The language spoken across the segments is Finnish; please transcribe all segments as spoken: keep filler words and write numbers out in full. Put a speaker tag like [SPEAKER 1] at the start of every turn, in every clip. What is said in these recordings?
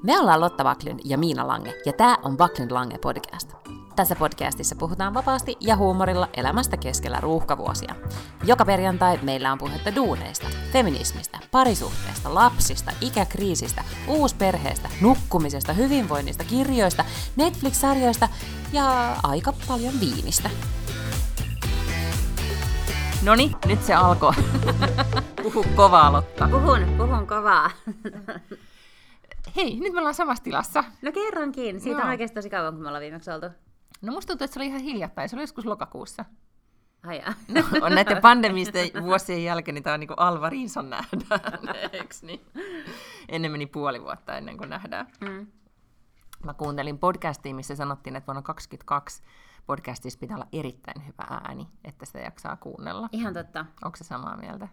[SPEAKER 1] Me ollaan Lotta Backlund ja Miina Lange, ja tää on Backlund Lange podcast. Tässä podcastissa puhutaan vapaasti ja huumorilla elämästä keskellä ruuhkavuosia. Joka perjantai meillä on puhetta duuneista, feminismistä, parisuhteesta, lapsista, ikäkriisistä, uusperheestä, nukkumisesta, hyvinvoinnista, kirjoista, Netflix-sarjoista ja aika paljon viinistä. Noni, nyt se alkoi. Puhu kovaa, Lotta.
[SPEAKER 2] Puhun, puhun kovaa.
[SPEAKER 1] Hei, nyt me ollaan samassa tilassa.
[SPEAKER 2] No kerrankin. Siitä
[SPEAKER 1] Joo.
[SPEAKER 2] on oikeasti tosi kauan, kun me ollaan viimeksi oltu.
[SPEAKER 1] No musta tuntuu, että se oli ihan hiljattain. Se oli joskus lokakuussa.
[SPEAKER 2] Ai jaa.
[SPEAKER 1] No, on näiden pandemisten vuosien jälkeen, niin tämä on niin kuin Alvarinsa nähdään, eikö niin? Ennen meni puoli vuotta ennen kuin nähdään. Mm. Mä kuuntelin podcastia, missä sanottiin, että vuonna kaksikymmentäkaksi podcastissa pitää olla erittäin hyvä ääni, että sitä jaksaa kuunnella.
[SPEAKER 2] Ihan totta.
[SPEAKER 1] Onko se samaa mieltä?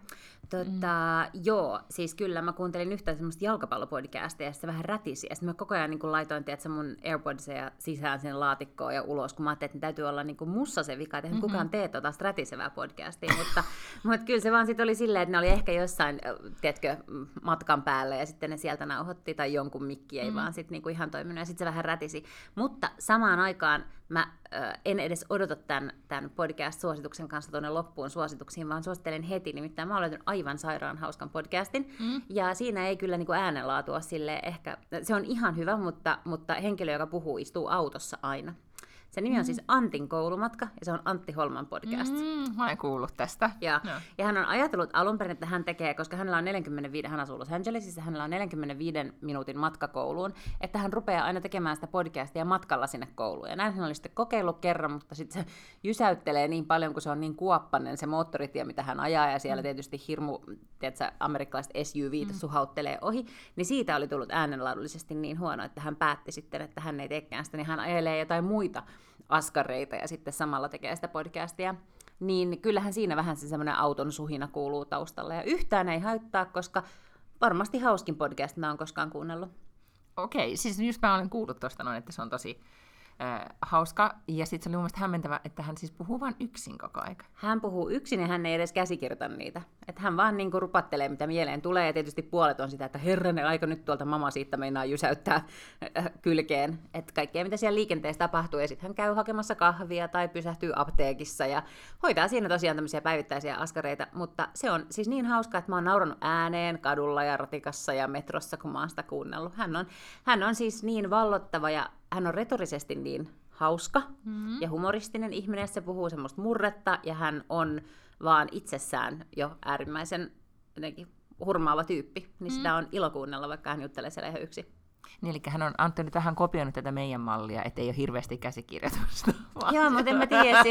[SPEAKER 2] Tota, mm. Joo, siis kyllä mä kuuntelin yhtään semmoista jalkapallopodcastia ja se vähän rätisi. Ja sitten mä koko ajan niin kuin laitoin tiedätkö, mun AirPodsia sisään sen laatikkoon ja ulos, kun mä ajattelin, että täytyy olla niin kuin mussa se vika, että eihän mm-hmm. kukaan tee tota rätisevää podcastia. mutta, mutta kyllä se vaan sitten oli silleen, että ne oli ehkä jossain, tiedätkö, matkan päällä ja sitten ne sieltä nauhoitti tai jonkun mikki ei mm. vaan sitten niin kuin ihan toiminut ja sitten se vähän rätisi. Mutta samaan aikaan mä äh, en edes odota tämän, tämän podcast-suosituksen kanssa tuonne loppuun suosituksiin, vaan suosittelen heti. Nimittäin mä olen löytänyt aivan sairaan hauskan podcastin. Mm. Ja siinä ei kyllä niin kuin äänenlaatua sille ehkä, se on ihan hyvä, mutta, mutta henkilö, joka puhuu, istuu autossa aina. Se nimi on mm. siis Antin koulumatka, ja se on Antti Holman podcast.
[SPEAKER 1] Mm, mä en kuullut tästä.
[SPEAKER 2] Ja, no. ja hän on ajatellut alun perin, että hän tekee, koska hänellä on neljäkymmentäviisi, hän asuu Los Angelesissa, hänellä on neljänkymmenenviiden minuutin matka kouluun, että hän rupeaa aina tekemään sitä podcastia matkalla sinne kouluun. Ja näin hän oli sitten kokeillut kerran, mutta sitten se jysäyttelee niin paljon, kun se on niin kuoppainen se moottoritie, mitä hän ajaa, ja siellä mm. tietysti hirmu, tiedätkö, amerikkalaiset S U V:t mm. suhauttelee ohi, niin siitä oli tullut äänenlaadullisesti niin huono, että hän päätti sitten, että hän ei teekään sitä, niin hän ajelee jotain muita askareita ja sitten samalla tekee sitä podcastia, niin kyllähän siinä vähän se semmoinen auton suhina kuuluu taustalla. Ja yhtään ei haittaa, koska varmasti hauskin podcast mä oon koskaan kuunnellut.
[SPEAKER 1] Okei, siis just mä olen kuullut tuosta noin, että se on tosi äh, hauska. Ja sitten se oli mun mielestä hämmentävä, että hän siis puhuu vain yksin koko aika.
[SPEAKER 2] Hän puhuu yksin ja hän ei edes käsikirjoita niitä. Että hän vaan niinku rupattelee, mitä mieleen tulee. Ja tietysti puolet on sitä, että herranen aika nyt tuolta mama siitä meinaa jysäyttää äh, kylkeen. Että kaikkea, mitä siellä liikenteessä tapahtuu. Ja sitten hän käy hakemassa kahvia tai pysähtyy apteekissa ja hoitaa siinä tosiaan tämmöisiä päivittäisiä askareita. Mutta se on siis niin hauskaa, että mä oon nauranut ääneen kadulla ja ratikassa ja metrossa, kun mä oon sitä kuunnellut. Hän on, hän on siis niin vallottava ja hän on retorisesti niin hauska mm-hmm. ja humoristinen ihminen, se puhuu semmoista murretta ja hän on vaan itsessään jo äärimmäisen jotenkin hurmaava tyyppi, niin mm-hmm. sitä on ilo kuunnella, vaikka hän juttelee siellä ihan yksin.
[SPEAKER 1] Niin, eli hän on Antti nyt vähän kopioinut tätä meidän mallia, ettei ole hirveästi käsikirjoitusta. Vaan.
[SPEAKER 2] Joo, mutta en mä tiedä,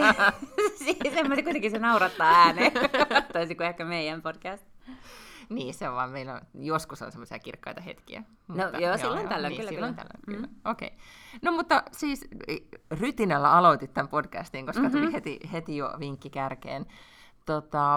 [SPEAKER 2] siis en mä kuitenkin se naurattaa ääneen, toisin kuin ehkä meidän podcast.
[SPEAKER 1] Niin, se on vaan, meillä on, joskus on semmoisia kirkkaita hetkiä.
[SPEAKER 2] Mutta, no joo, silloin joo, tällöin,
[SPEAKER 1] niin,
[SPEAKER 2] kyllä,
[SPEAKER 1] silloin
[SPEAKER 2] kyllä.
[SPEAKER 1] tällöin, kyllä.
[SPEAKER 2] Mm.
[SPEAKER 1] Okei. Okay. No mutta siis rytinällä aloitit tämän podcastin, koska mm-hmm. tuli heti, heti jo vinkki kärkeen. Tota,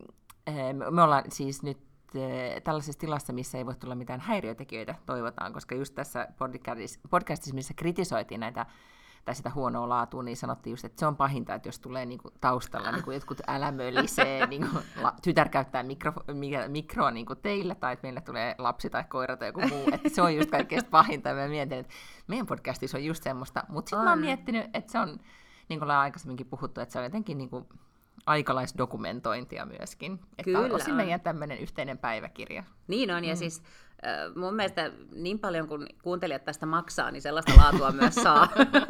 [SPEAKER 1] me ollaan siis nyt tällaisessa tilassa, missä ei voi tulla mitään häiriötekijöitä, toivotaan, koska just tässä podcastissa, missä kritisoitiin näitä tai sitä huonoa laatua, niin sanottiin just, että se on pahinta, että jos tulee niinku taustalla niinku jotkut älämölisee, niinku, la, tytär käyttää mikro, mikroa niinku teille, tai että meille tulee lapsi tai koira tai joku muu, että se on just kaikkein pahinta, ja mä mietin, että meidän podcastissa on just semmoista, mutta sitten mä oon miettinyt, että se on, niin kuin ollaan aikaisemminkin puhuttu, että se on jotenkin niinku aikalaisdokumentointia myöskin, että
[SPEAKER 2] Kyllä
[SPEAKER 1] on osin
[SPEAKER 2] on.
[SPEAKER 1] meidän tämmöinen yhteinen päiväkirja.
[SPEAKER 2] Niin on, ja mm. siis äh, mun mielestä niin paljon kuin kuuntelijat tästä maksaa, niin sellaista laatua myös saa.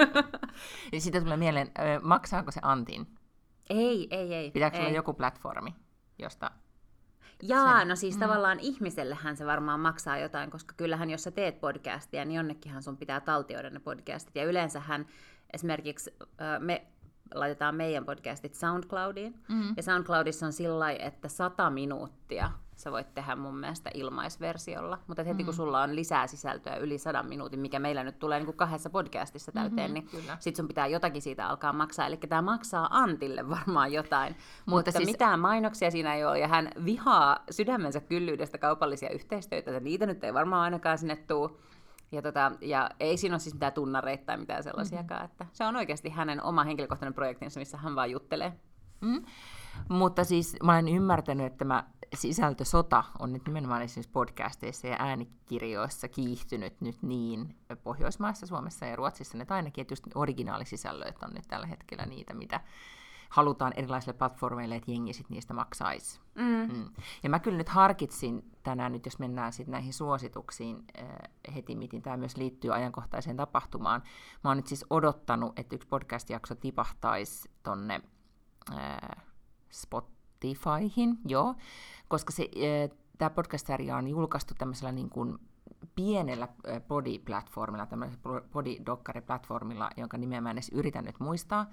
[SPEAKER 1] Ja siitä tulee mieleen, äh, maksaako se Antin?
[SPEAKER 2] Ei, ei, ei.
[SPEAKER 1] Pitääkö
[SPEAKER 2] ei.
[SPEAKER 1] olla joku platformi, josta...
[SPEAKER 2] Jaa,
[SPEAKER 1] sen...
[SPEAKER 2] no siis mm. tavallaan ihmisellähän se varmaan maksaa jotain, koska kyllähän jos sä teet podcastia, niin jonnekinhan sun pitää taltioida ne podcastit. Ja yleensähän esimerkiksi äh, me laitetaan meidän podcastit SoundCloudiin, mm-hmm. ja SoundCloudissa on sillä lailla, että sata minuuttia sä voit tehdä mun mielestä ilmaisversiolla, mutta heti mm-hmm. kun sulla on lisää sisältöä yli sadan minuutin, mikä meillä nyt tulee niin kuin kahdessa podcastissa täyteen, mm-hmm, niin kyllä. sit sun pitää jotakin siitä alkaa maksaa, eli tämä maksaa Antille varmaan jotain, mutta, mutta siis... mitään mainoksia siinä ei ole, ja hän vihaa sydämensä kyllyydestä kaupallisia yhteistyötä, että niitä nyt ei varmaan ainakaan sinne tuu. Ja, tota, ja ei siinä ole siis mitään tunnareita tai mitään sellaisiakaan, mm-hmm. että se on oikeasti hänen oma henkilökohtainen projektinsa, missä hän vaan juttelee.
[SPEAKER 1] Mm. Mutta siis mä olen ymmärtänyt, että tämä sisältösota on nyt nimenomaan esimerkiksi podcasteissa ja äänikirjoissa kiihtynyt nyt niin Pohjoismaissa, Suomessa ja Ruotsissa, että ainakin, että just originaalisisällöt on nyt tällä hetkellä niitä, mitä halutaan erilaisille platformeille, että jengi sit niistä maksaisi. Mm. Mm. Ja mä kyllä nyt harkitsin tänään, nyt jos mennään sit näihin suosituksiin äh, heti, miten tämä myös liittyy ajankohtaiseen tapahtumaan. Mä oon nyt siis odottanut, että yksi podcast-jakso tipahtaisi tonne äh, Spotifyhin, joo, koska se, äh, tämä podcast-sarja on julkaistu tämmöisellä niin kuin pienellä äh, Podi-platformilla, tämmöisellä Podi-dokkari-platformilla, jonka nimeä mä en edes yritä nyt muistaa.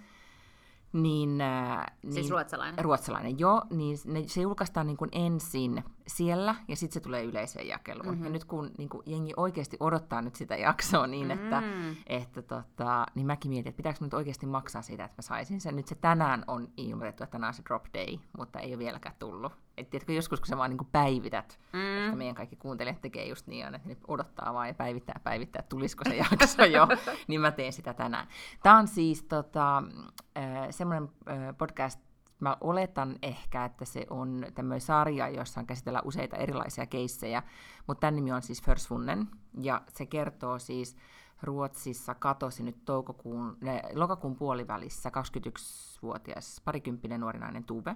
[SPEAKER 1] Niin, äh,
[SPEAKER 2] siis
[SPEAKER 1] niin,
[SPEAKER 2] ruotsalainen?
[SPEAKER 1] Ruotsalainen, joo. Niin ne, se julkaistaan niin kuin ensin siellä, ja sitten se tulee yleiseen jakeluun. Mm-hmm. Ja nyt kun niin kuin jengi oikeasti odottaa nyt sitä jaksoa niin, mm-hmm. että, että tota, niin mäkin mietin, että pitääkö nyt oikeasti maksaa siitä, että mä saisin sen. Nyt se tänään on ilmoitettu, että tänään on se drop day, mutta ei ole vieläkään tullut. Et tiedätkö, joskus kun sä vaan niin kuin päivität, mm. että meidän kaikki kuuntelijat tekee just niin, että ne odottaa vaan ja päivittää, päivittää, että tulisiko se jakso jo, niin mä teen sitä tänään. Tämä on siis tota, äh, semmoinen äh, podcast, mä oletan ehkä, että se on tämmöinen sarja, jossa käsitellään useita erilaisia keissejä, mutta tämän nimi on siis Försvunnen, ja se kertoo siis Ruotsissa katosi nyt toukokuun, ne, lokakuun puolivälissä kaksikymmentäyksivuotias parikymppinen nuori nainen Tuve,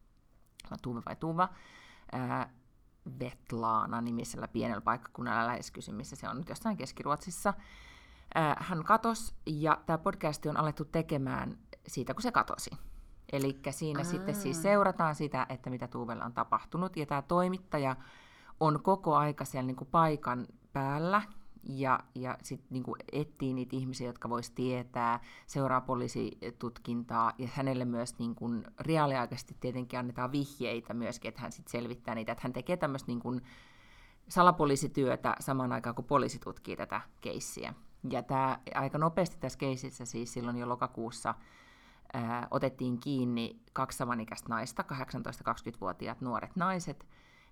[SPEAKER 1] Tuve vai Tuva, ää, Vetlaana nimisellä pienellä paikkakunnalla, lähes kysy, missä se on nyt jossain Keski-Ruotsissa. Ää, hän katosi, ja tämä podcasti on alettu tekemään siitä, kun se katosi. Eli siinä Aa. sitten siis seurataan sitä, että mitä Tuuvella on tapahtunut, ja tämä toimittaja on koko aika siellä niinku paikan päällä, ja, ja sitten niinku etsii niitä ihmisiä, jotka vois tietää, seuraa poliisitutkintaa, ja hänelle myös niinku reaaliaikaisesti tietenkin annetaan vihjeitä myöskin, että hän sitten selvittää niitä, että hän tekee tämmöistä niinku salapoliisityötä samaan aikaan, kun poliisi tutkii tätä keissiä. Ja tämä aika nopeasti tässä keississä, siis silloin jo lokakuussa, ää, otettiin kiinni kaksi samanikäistä naista, kahdeksantoista-kaksikymmentävuotiaat nuoret naiset,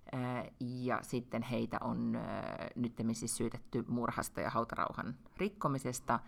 [SPEAKER 1] ja sitten heitä on nyttemmin siis syytetty murhasta ja hautarauhan rikkomisesta.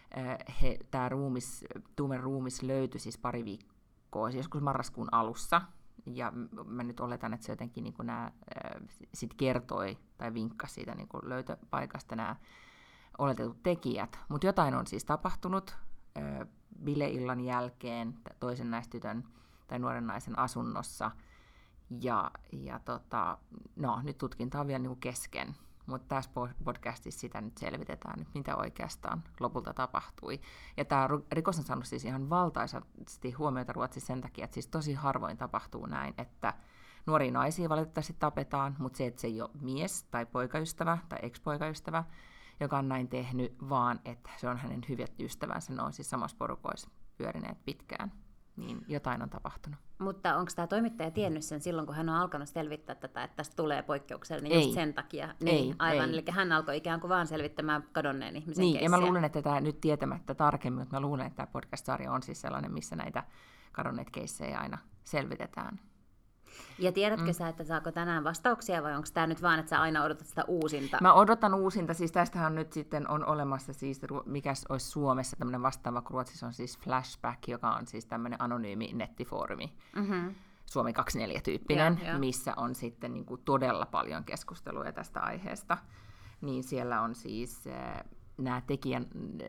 [SPEAKER 1] Tämä ruumis, Tuumen ruumis löytyi siis pari viikkoa, siis joskus marraskuun alussa, ja mä nyt oletan, että se jotenkin niin nämä sit kertoi tai vinkkasi siitä niin löytöpaikasta nämä oletetut tekijät. Mutta jotain on siis tapahtunut bileillan jälkeen toisen näistä tytön tai nuoren naisen asunnossa. Ja, ja tota, no, nyt tutkinta on vielä niin kuin kesken, mutta tässä podcastissa sitä nyt selvitetään, että mitä oikeastaan lopulta tapahtui. Ja tämä rikos on saanut siis ihan valtaisesti huomiota Ruotsissa sen takia, että siis tosi harvoin tapahtuu näin, että nuoria naisia valitettavasti tapetaan, mutta se, että se ei ole mies tai poikaystävä tai ex-poikaystävä, joka on näin tehnyt, vaan että se on hänen hyvät ystävänsä, ne on siis samassa porukoissa pyörineet pitkään. Niin jotain on tapahtunut.
[SPEAKER 2] Mutta onko tämä toimittaja tiennyt sen silloin, kun hän on alkanut selvittää tätä, että tästä tulee poikkeuksellinen ei. just sen takia? Niin,
[SPEAKER 1] ei,
[SPEAKER 2] aivan,
[SPEAKER 1] ei.
[SPEAKER 2] Eli hän alkoi ikään kuin vaan selvittämään kadonneen ihmisen
[SPEAKER 1] Niin,
[SPEAKER 2] keissiä.
[SPEAKER 1] ja mä luulen, että tämä nyt tietämättä tarkemmin, mutta mä luulen, että tämä podcast-sarja on siis sellainen, missä näitä kadonneet keissejä aina selvitetään.
[SPEAKER 2] Ja tiedätkö mm. sä, että saako tänään vastauksia, vai onko tämä nyt vaan, että sä aina odotat sitä uusinta?
[SPEAKER 1] Mä odotan uusinta, siis tästähän nyt sitten on olemassa, siis mikä olisi Suomessa tämmöinen vastaava, kun Ruotsissa on siis Flashback, joka on siis tämmöinen anonyymi nettifoorumi, mm-hmm. Suomi kaksikymmentäneljä-tyyppinen, ja, ja. missä on sitten niin kuin todella paljon keskustelua tästä aiheesta. Niin siellä on siis äh, nämä tekijän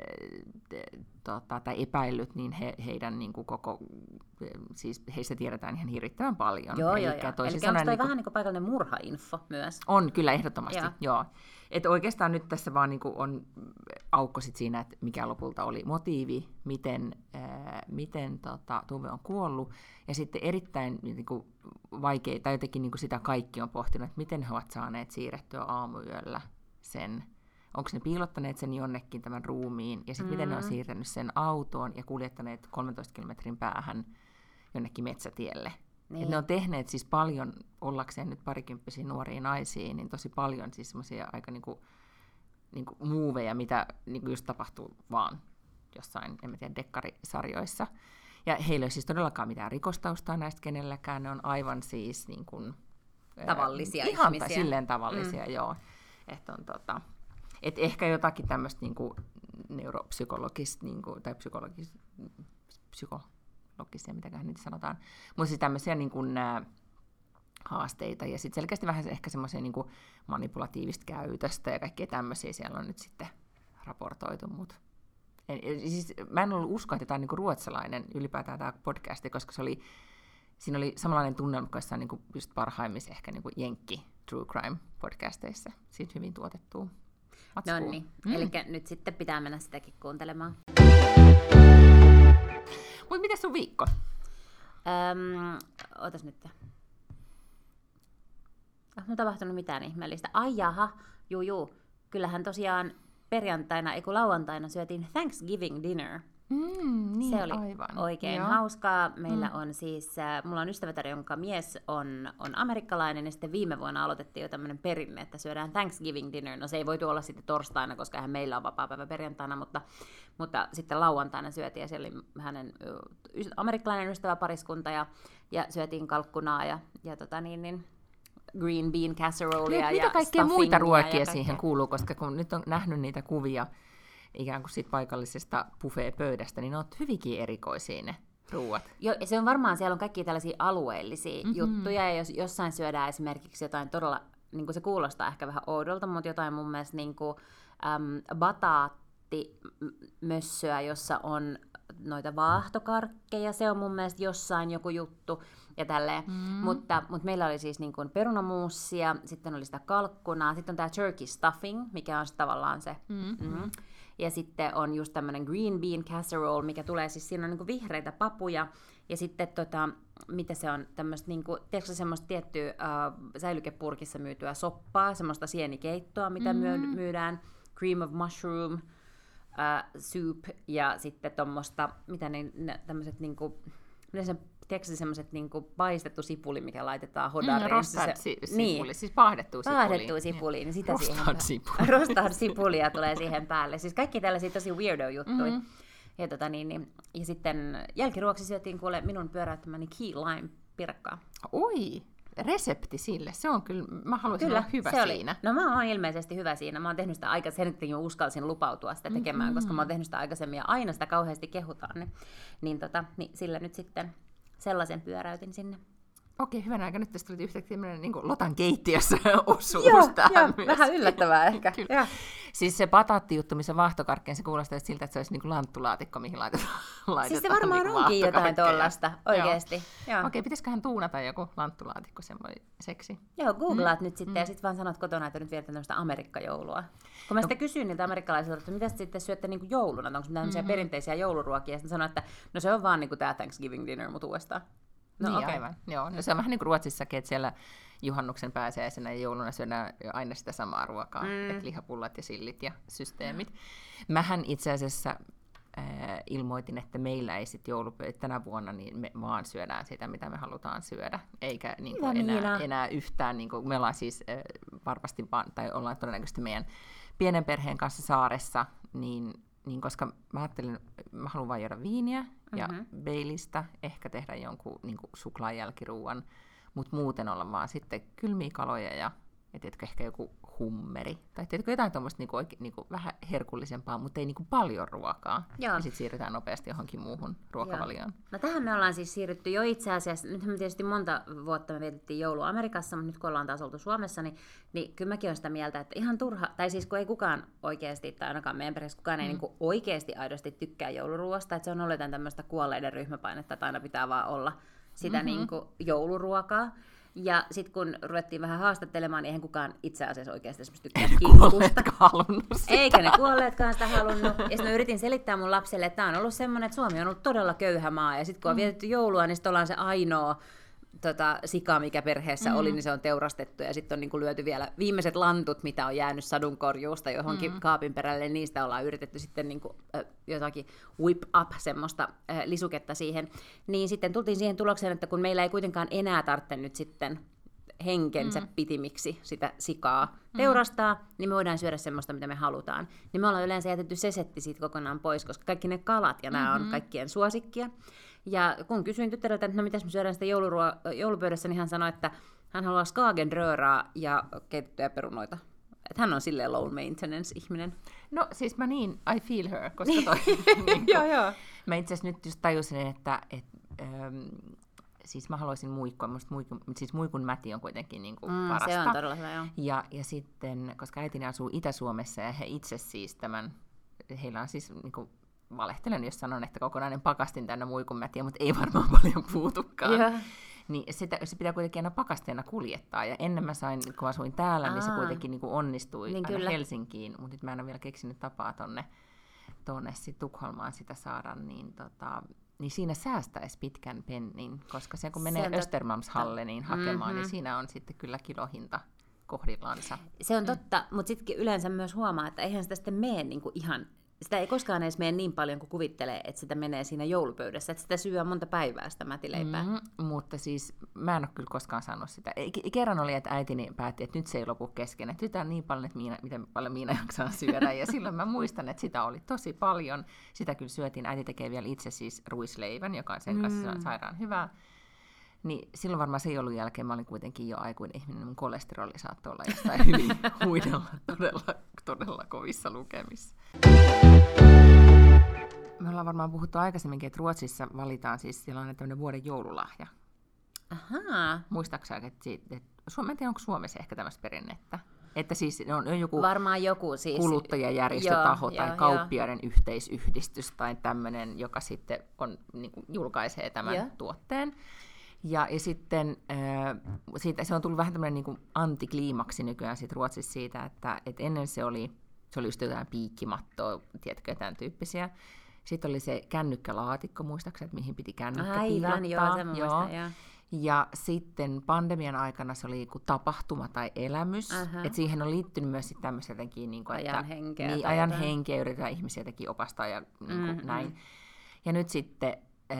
[SPEAKER 1] äh, tota, tai epäillyt, niin he, heidän niin kuin koko, siis heistä tiedetään ihan hirvittävän paljon.
[SPEAKER 2] Joo, joo, joo. Eli onko toi niin vähän niin kuin paikallinen murhainfo myös?
[SPEAKER 1] On, kyllä ehdottomasti, joo. joo. Että oikeastaan nyt tässä vaan niin kuin on aukko sit siinä, että mikä lopulta oli motiivi, miten, ää, miten tota, Tuve on kuollut, ja sitten erittäin niin kuin vaikea, tai jotenkin niin kuin sitä kaikki on pohtinut, että miten he ovat saaneet siirrettyä aamuyöllä sen, onko ne piilottaneet sen jonnekin tämän ruumiin, ja sitten mm. miten ne on siirtänyt sen autoon ja kuljettaneet kolmentoista kilometrin päähän jonnekin metsätielle. Niin. Et ne on tehneet siis paljon, ollakseen nyt parikymppisiä nuoria naisia, niin tosi paljon siis semmoisia aika niinku, niinku muuveja, mitä niinku just tapahtuu vaan jossain, en mä tiedä, dekkarisarjoissa. Ja heillä ei ole siis todellakaan mitään rikostaustaa näistä kenelläkään, ne on aivan siis niin kuin,
[SPEAKER 2] tavallisia
[SPEAKER 1] ää, ihan
[SPEAKER 2] ihmisiä.
[SPEAKER 1] Silleen tavallisia, mm. joo. Että on tota... Et ehkä jotakin tämmöistä niinku neuropsykologista niinku, tai psykologista, psyko, logisia, mitäköhän niitä sanotaan. Mutta siis tämmöisiä niin kuin, ä, haasteita ja sitten selkeästi vähän ehkä semmoisia niin kuin manipulatiivista käytöstä ja kaikkea tämmöisiä siellä on nyt sitten raportoitu. Mut. En, siis, mä en ollut uskoa, että tämä on niin kuin ruotsalainen ylipäätään tämä podcasti, koska se oli, siinä oli samanlainen tunnelma, kun jossain niin kuin just parhaimmissa ehkä niin kuin jenkki true crime podcasteissa. Siitä hyvin tuotettua.
[SPEAKER 2] No niin, mm. eli nyt sitten pitää mennä sitäkin kuuntelemaan.
[SPEAKER 1] Mutta miten sun viikko?
[SPEAKER 2] Öm, ootas nyt. Onko mun tapahtunut mitään ihmeellistä? Ai jaha, juu juu. Kyllähän tosiaan perjantaina, ei kun lauantaina syötiin Thanksgiving dinner.
[SPEAKER 1] Mm, niin,
[SPEAKER 2] se oli
[SPEAKER 1] aivan.
[SPEAKER 2] oikein
[SPEAKER 1] Joo.
[SPEAKER 2] hauskaa. Meillä
[SPEAKER 1] mm.
[SPEAKER 2] on siis, äh, mulla on ystävätär, jonka mies on, on amerikkalainen, ja sitten viime vuonna aloitettiin jo tämmöinen perinne, että syödään Thanksgiving dinner. No se ei voitu olla sitten torstaina, koska hän meillä on vapaapäivä perjantaina, mutta, mutta sitten lauantaina syötiin, ja siellä oli hänen y- amerikkalainen ystäväpariskunta, ja, ja syötiin kalkkunaa, ja, ja tota niin, niin green bean casserolea
[SPEAKER 1] ja
[SPEAKER 2] mitä
[SPEAKER 1] kaikkea muita ruokia siihen
[SPEAKER 2] kaikkea.
[SPEAKER 1] kuuluu, koska kun nyt on nähnyt niitä kuvia ikään kuin siitä paikallisesta buffet-pöydästä, niin ne on hyvinkin erikoisia ne ruuat.
[SPEAKER 2] Joo, se on varmaan, siellä on kaikkia tällaisia alueellisia mm-hmm. juttuja, ja jos jossain syödään esimerkiksi jotain todella, niin kuin se kuulostaa ehkä vähän oudolta, mutta jotain mun mielestä niin kuin, äm, bataattimössöä, jossa on noita vaahtokarkkeja, se on mun mielestä jossain joku juttu, ja tälleen. Mm. Mutta, mutta meillä oli siis niin kuin perunamuussia, sitten oli sitä kalkkunaa, sitten on tämä turkey stuffing, mikä on tavallaan se. Mm-hmm. Mm. Ja sitten on just tämmöinen green bean casserole, mikä tulee siis, siinä on niin kuin vihreitä papuja, ja sitten tota, mitä se on, tämmöistä niin kuin, tiedätkö semmoista tiettyä äh, säilykepurkissa myytyä soppaa, semmoista sienikeittoa, mitä mm-hmm. myydään, cream of mushroom, äh, soup, ja sitten tuommoista, mitä ne, ne tämmöiset niin kuin, miten se, tiedätkö semmoiset niinku paistettu sipuli, mikä laitetaan hodariin?
[SPEAKER 1] Mm, rostad si- sipuli,
[SPEAKER 2] niin.
[SPEAKER 1] siis paahdettu sipuli.
[SPEAKER 2] Paahdettu sipuli, niin sitä
[SPEAKER 1] rostad
[SPEAKER 2] siihen
[SPEAKER 1] sipuli.
[SPEAKER 2] Rostad sipulia tulee siihen päälle. Siis kaikki tällaisia tosi weirdo-juttuja.
[SPEAKER 1] Mm-hmm.
[SPEAKER 2] Ja, tota, niin, niin, ja sitten jälkiruoksi syötiin kuule minun pyöräyttämäni key lime pirakkaa.
[SPEAKER 1] Oi, resepti sille. Se on kyllä, mä haluaisin
[SPEAKER 2] kyllä,
[SPEAKER 1] olla hyvä
[SPEAKER 2] se oli.
[SPEAKER 1] siinä.
[SPEAKER 2] No mä oon ilmeisesti hyvä siinä. Mä oon tehnyt sitä aikaisemmin, sen jo uskalsin lupautua sitä tekemään,
[SPEAKER 1] mm-hmm.
[SPEAKER 2] koska mä oon tehnyt sitä aikaisemmin ja aina sitä kauheasti kehutaan. Niin, niin, tota, niin sillä nyt sitten sellaisen pyöräytin sinne.
[SPEAKER 1] Okei, hyvänä aika. Nyt tästä tuli yhtäkkiä tämmöinen niin kuin Lotan keittiössä osuus
[SPEAKER 2] joo,
[SPEAKER 1] tähän
[SPEAKER 2] joo,
[SPEAKER 1] myös.
[SPEAKER 2] vähän yllättävää ehkä.
[SPEAKER 1] Kyllä. Siis se pataattijuttu, missä vaahtokarkkeen, se kuulostaa siltä, että se olisi niin kuin lanttulaatikko, mihin laitetaan. laitetaan
[SPEAKER 2] siis se varmaan
[SPEAKER 1] niin
[SPEAKER 2] onkin jotain tollasta, oikeasti.
[SPEAKER 1] Joo. Okei, pitäisiköhän tuunata joku lanttulaatikko semmoiseksi?
[SPEAKER 2] Joo, googlaat
[SPEAKER 1] mm.
[SPEAKER 2] nyt sitten
[SPEAKER 1] mm.
[SPEAKER 2] ja sitten vaan sanot kotona, että nyt vietetään tämmöistä Amerikkajoulua. Kun mä sitten no. kysyin niiltä amerikkalaisilta, että mitä sitten syötte niinku jouluna, onko tämmöisiä mm-hmm. perinteisiä jouluruokia, ja sitten sanoin, että no se on vaan niinku tämä Thanksgiving dinner, mutta uudestaan.
[SPEAKER 1] No niin, okay. Aivan. Joo. No se on vähän niin kuin Ruotsissakin, että siellä juhannuksen pääsiäisenä ja jouluna syödään aina sitä samaa ruokaa, mm. että lihapullat ja sillit ja systeemit. Mähän itse asiassa äh, ilmoitin, että meillä ei sitten joulupöytä tänä vuonna, niin me vaan syödään sitä, mitä me halutaan syödä, eikä niin kuin enää, enää yhtään, niin kuin, me ollaan siis äh, varmasti, vaan, tai ollaan todennäköisesti meidän pienen perheen kanssa saaressa, niin Niin, koska mä ajattelin, mä haluan vain juoda viiniä ja mm-hmm. Baileystä, ehkä tehdä jonkun niin kuin suklaajälkiruuan, mutta muuten olla vaan sitten kylmiä kaloja ja, ja tiedätkö, ehkä joku hummeri. Tai tiedätkö, jotain tuommoista niin kuin, niin kuin vähän herkullisempaa, mutta ei niin kuin paljon ruokaa. Joo. Ja sitten siirrytään nopeasti johonkin muuhun ruokavalioon. Joo.
[SPEAKER 2] No tähän me ollaan siis siirrytty jo itse asiassa. Nythän me tietysti monta vuotta me vietettiin joulua Amerikassa, mutta nyt kun ollaan taas oltu Suomessa, niin, niin kyllä mäkin olen sitä mieltä, että ihan turha, tai siis kun ei kukaan oikeasti, tai ainakaan meidän perheessä kukaan ei mm. niin kuin oikeasti aidosti tykkää jouluruoasta, että se on ollut jotain tämmöistä kuolleiden ryhmäpainetta, että aina pitää vaan olla sitä mm-hmm. niin kuin jouluruokaa. Ja sitten kun ruvettiin vähän haastattelemaan, niin eihän kukaan itse asiassa oikeasti tykkää kinkusta. Eikä ne kuolleetkaan sitä halunnut. Ja sitten mä yritin selittää mun lapselle, että tämä on ollut semmoinen, että Suomi on ollut todella köyhä maa. Ja sitten kun on vietetty joulua, niin sitten ollaan se ainoa tota, sika, mikä perheessä mm. oli, niin se on teurastettu. Ja sitten on niin kuin lyöty vielä viimeiset lantut, mitä on jäänyt sadunkorjuusta johonkin mm. kaapin perälle. Niistä ollaan yritetty sitten niin kuin, äh, jotakin whip up semmoista äh, lisuketta siihen. Niin sitten tultiin siihen tulokseen, että kun meillä ei kuitenkaan enää tarvitse nyt sitten henkensä mm. pitimiksi sitä sikaa mm. teurastaa, niin me voidaan syödä semmoista, mitä me halutaan. Niin me ollaan yleensä jätetty se setti siitä kokonaan pois, koska kaikki ne kalat ja nämä mm-hmm. on kaikkien suosikkia. Ja kun kysyin tyttäreltä, että no mitäs me syödään sitä jouluruo- joulupöydässä, niin hän sanoi, että hän haluaa skagenrööraa ja keitettyjä perunoita. Että hän on silleen low maintenance-ihminen.
[SPEAKER 1] No siis mä niin, I feel her, koska toi... niin
[SPEAKER 2] joo, joo.
[SPEAKER 1] Mä itse asiassa nyt just tajusin, että, että äm, siis mä haluaisin muikkoa, musta muikun, siis muikun mäti on kuitenkin niin kuin
[SPEAKER 2] mm,
[SPEAKER 1] parasta.
[SPEAKER 2] Se on todella hyvä, joo.
[SPEAKER 1] Ja, ja sitten, koska äitini asuu Itä-Suomessa ja he itse siis tämän, heillä on siis niin kuin, valehtelen, jos sanon, että kokonainen pakastin täynnä muikun mätiä, mutta ei varmaan paljon puutukaan.
[SPEAKER 2] Yeah.
[SPEAKER 1] Niin sitä, se pitää kuitenkin aina pakasteena kuljettaa. Ja ennen mä sain, kun asuin täällä, Aa, niin se kuitenkin niin kuin onnistui niin aina kyllä. Helsinkiin, mutta nyt mä en ole vielä keksinyt tapaa tonne, tonne sit Tukholmaan sitä saada, niin, tota, niin siinä säästäisi pitkän pennin, koska se kun menee se Östermalmshalleniin hakemaan, mm-hmm. niin siinä on sitten kyllä kilohinta kohdillansa.
[SPEAKER 2] Se on totta, mm. mutta sitten yleensä myös huomaa, että eihän sitä sitten mene niinku ihan, sitä ei koskaan edes mene niin paljon kuin kuvittelee, että sitä menee siinä joulupöydässä, että sitä syö monta päivää sitä mätileipää.
[SPEAKER 1] Mm, mutta siis mä en ole kyllä koskaan sanonut sitä. Kerran oli, että äitini päätti, että nyt se ei lopu kesken, että nyt on niin paljon, että Miina, miten paljon Miina jaksaa syödä, ja silloin mä muistan, että sitä oli tosi paljon. Sitä kyllä syötiin, äiti tekee vielä itse siis ruisleivän, joka on sen kanssa mm. sairaan hyvää. Niin silloin varmaan se joulun jälkeen mä olin kuitenkin jo aikuinen ihminen, mun kolesteroli saattoi olla jostain hyvin huidella todella, todella kovissa lukemissa. Me ollaan varmaan puhuttu aikaisemminkin, että Ruotsissa valitaan siis sellainen tämmöinen vuoden joululahja.
[SPEAKER 2] Ahaa.
[SPEAKER 1] Muistaaksä, että, että, että Suomessa, en tiedä, onko Suomessa ehkä tämmöistä perinnettä? Että siis on, on joku,
[SPEAKER 2] varmaan joku siis
[SPEAKER 1] kuluttajajärjestötaho joo, tai joo, kauppiaiden joo. yhteisyhdistys tai tämmöinen, joka sitten on, niin kuin, julkaisee tämän joo. tuotteen. Ja, ja sitten äh, siitä, se on tullut vähän tämmöinen niin kuin antikliimaksi nykyään sit Ruotsissa siitä, että et ennen se oli, se oli just jotain piikkimattoa, tiedätkö, tämän tyyppisiä. Sitten oli se kännykkälaatikko, muistaakseni, että mihin piti kännykkä piilottaa.
[SPEAKER 2] Aivan, joo, sen muistan, joo.
[SPEAKER 1] Ja sitten pandemian aikana se oli joku tapahtuma tai elämys. Että siihen on liittynyt myös sitten tämmöistä jotenkin, niin kuin,
[SPEAKER 2] ajan
[SPEAKER 1] että
[SPEAKER 2] henkeä,
[SPEAKER 1] niin, ajan henkeä yritetään ihmisiä jotenkin opastaa ja niin kuin mm-hmm. näin. Ja nyt sitten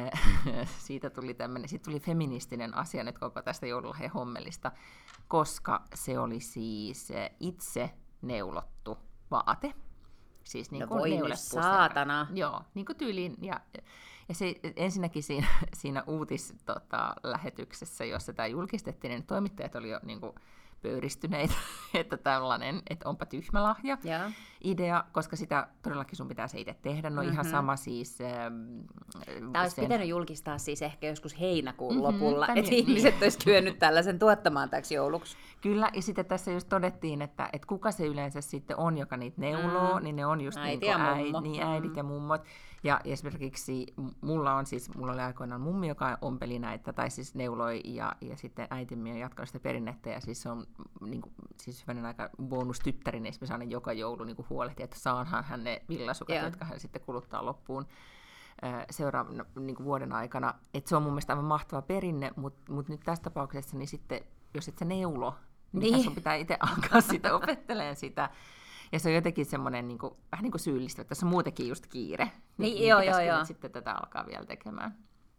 [SPEAKER 1] siitä tuli tämmöinen, siitä tuli feministinen asia nyt koko tästä joululahjahommelista, koska se oli siis itse neulottu vaate. Siis niin kuin
[SPEAKER 2] no voi saatana.
[SPEAKER 1] Joo, niin kuin tyyliin. Ja, ja se, ensinnäkin siinä, siinä uutislähetyksessä, tota, jossa tämä julkistettiin, niin toimittajat oli jo niin kuin pöyristyneitä, että tällainen, että onpa tyhmä lahja yeah. idea, koska sitä todellakin sun pitää se itse tehdä. No mm-hmm. ihan sama siis... Ähm,
[SPEAKER 2] Tämä olisi sen... pitänyt julkistaa siis ehkä joskus heinäkuun mm-hmm, lopulla, että niin. ihmiset olisi kyennyt tällaisen tuottamaan täksi jouluksi.
[SPEAKER 1] Kyllä, ja sitten tässä just todettiin, että, että kuka se yleensä sitten on, joka niitä neuloo, mm. niin ne on just
[SPEAKER 2] äiti
[SPEAKER 1] niin
[SPEAKER 2] ja
[SPEAKER 1] äid, niin äidit mm. ja mummot. Ja esimerkiksi mulla on siis, mulla oli aikoinaan mummi, joka ompeli näitä, tai siis neuloi, ja, ja sitten äitimme on jatkanut sitä perinnettä, ja siis se on niin kuin, siis hyvänen aika bonustyttärin, niin mä saan joka joulu niin kuin huolehtia, että saanhan hän ne villasukat, yeah. jotka hän sitten kuluttaa loppuun seuraavan niin kuin vuoden aikana. Että se on mun mielestä aivan mahtava perinne, mutta mut nyt tässä tapauksessa, niin sitten, jos et sä neulo, niin, niin. sun pitää itse alkaa sitä opettelemaan sitä. Ja se on jotenkin semmoinen niin kuin, vähän niin kuin syyllistä, että tässä on muutenkin just kiire.
[SPEAKER 2] Niin,
[SPEAKER 1] niin
[SPEAKER 2] joo, joo, joo.
[SPEAKER 1] sitten tätä alkaa vielä tekemään.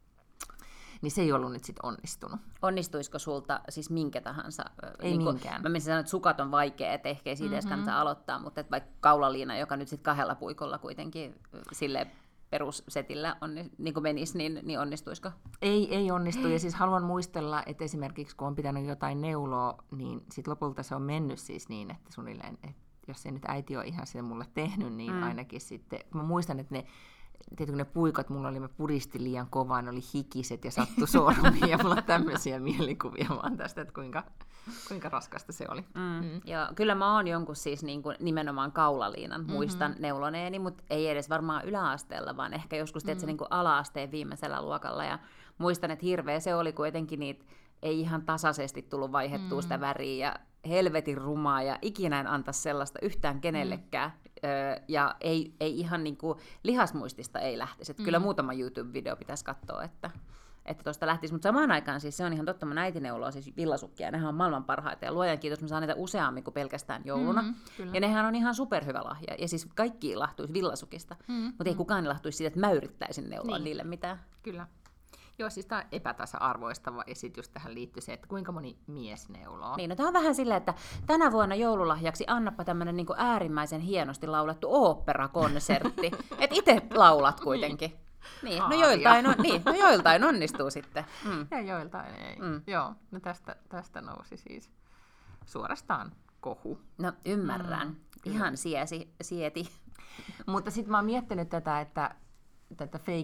[SPEAKER 1] Niin se ei ollut nyt sitten onnistunut.
[SPEAKER 2] Onnistuisiko sulta siis minkä tahansa?
[SPEAKER 1] Ei niin
[SPEAKER 2] minkään. Mä menisin sanoa, että sukat on vaikea, että ehkä ei siitä mm-hmm. edes kannata aloittaa, mutta että vaikka kaulaliina, joka nyt sitten kahdella puikolla kuitenkin sille perussetillä on, niin kuin menisi, niin, niin onnistuisiko?
[SPEAKER 1] Ei, ei onnistu. Ja siis haluan muistella, että esimerkiksi kun on pitänyt jotain neuloa, niin sitten lopulta se on mennyt siis niin, että suunnilleen, että jos ei nyt äiti ole ihan sen mulle tehnyt, niin mm. ainakin sitten, mä muistan, että ne, tietysti ne puikot, mulla oli, mä puristin liian kovaa, ne oli hikiset ja sattu sormiin, ja mulla on tämmöisiä mielikuvia vaan tästä, että kuinka, kuinka raskasta se oli.
[SPEAKER 2] Mm. Mm. Joo, kyllä mä oon jonkun siis niin kuin nimenomaan kaulaliinan, mm-hmm. muistan neuloneeni, mutta ei edes varmaan yläasteella, vaan ehkä joskus mm. tietysti, niin kuin ala-asteen viimeisellä luokalla, ja muistan, että hirveä se oli kuitenkin niitä, ei ihan tasaisesti tullut vaihettua mm. sitä väriä, ja helvetin rumaa, ja ikinä en antaisi sellaista yhtään kenellekään, mm. öö, ja ei, ei ihan niin kuin lihasmuistista ei lähtisi. Mm. Kyllä muutama YouTube-video pitäisi katsoa, että että tuosta lähtisi, mutta samaan aikaan siis se on ihan totta, mun äiti neuloo siis villasukkia, nehän on maailman parhaita, ja luojan kiitos, mä saan niitä useammin kuin pelkästään jouluna, mm-hmm, ja nehän on ihan superhyvä lahja, ja siis kaikki ilahtuisi villasukista, mm-hmm. mutta ei kukaan ilahtuisi siitä, että mä yrittäisin neuloa niin. niille mitään.
[SPEAKER 1] Kyllä. Joo, siis tämä on epätasa-arvoistava, ja sitten just tähän liittyy se, että kuinka moni mies neuloo.
[SPEAKER 2] Niin, no tämä on vähän silleen, että tänä vuonna joululahjaksi annappa tämmöinen niin kuin äärimmäisen hienosti laulettu oopperakonsertti, että itse laulat kuitenkin. Niin, no joiltain, on, niin, no joiltain onnistuu sitten.
[SPEAKER 1] Mm. Ja joiltain ei. Mm. Joo, no tästä, tästä nousi siis suorastaan kohu.
[SPEAKER 2] No ymmärrän, mm. ihan siesi, sieti.
[SPEAKER 1] Mutta sitten mä oon miettinyt tätä, että tätä fake it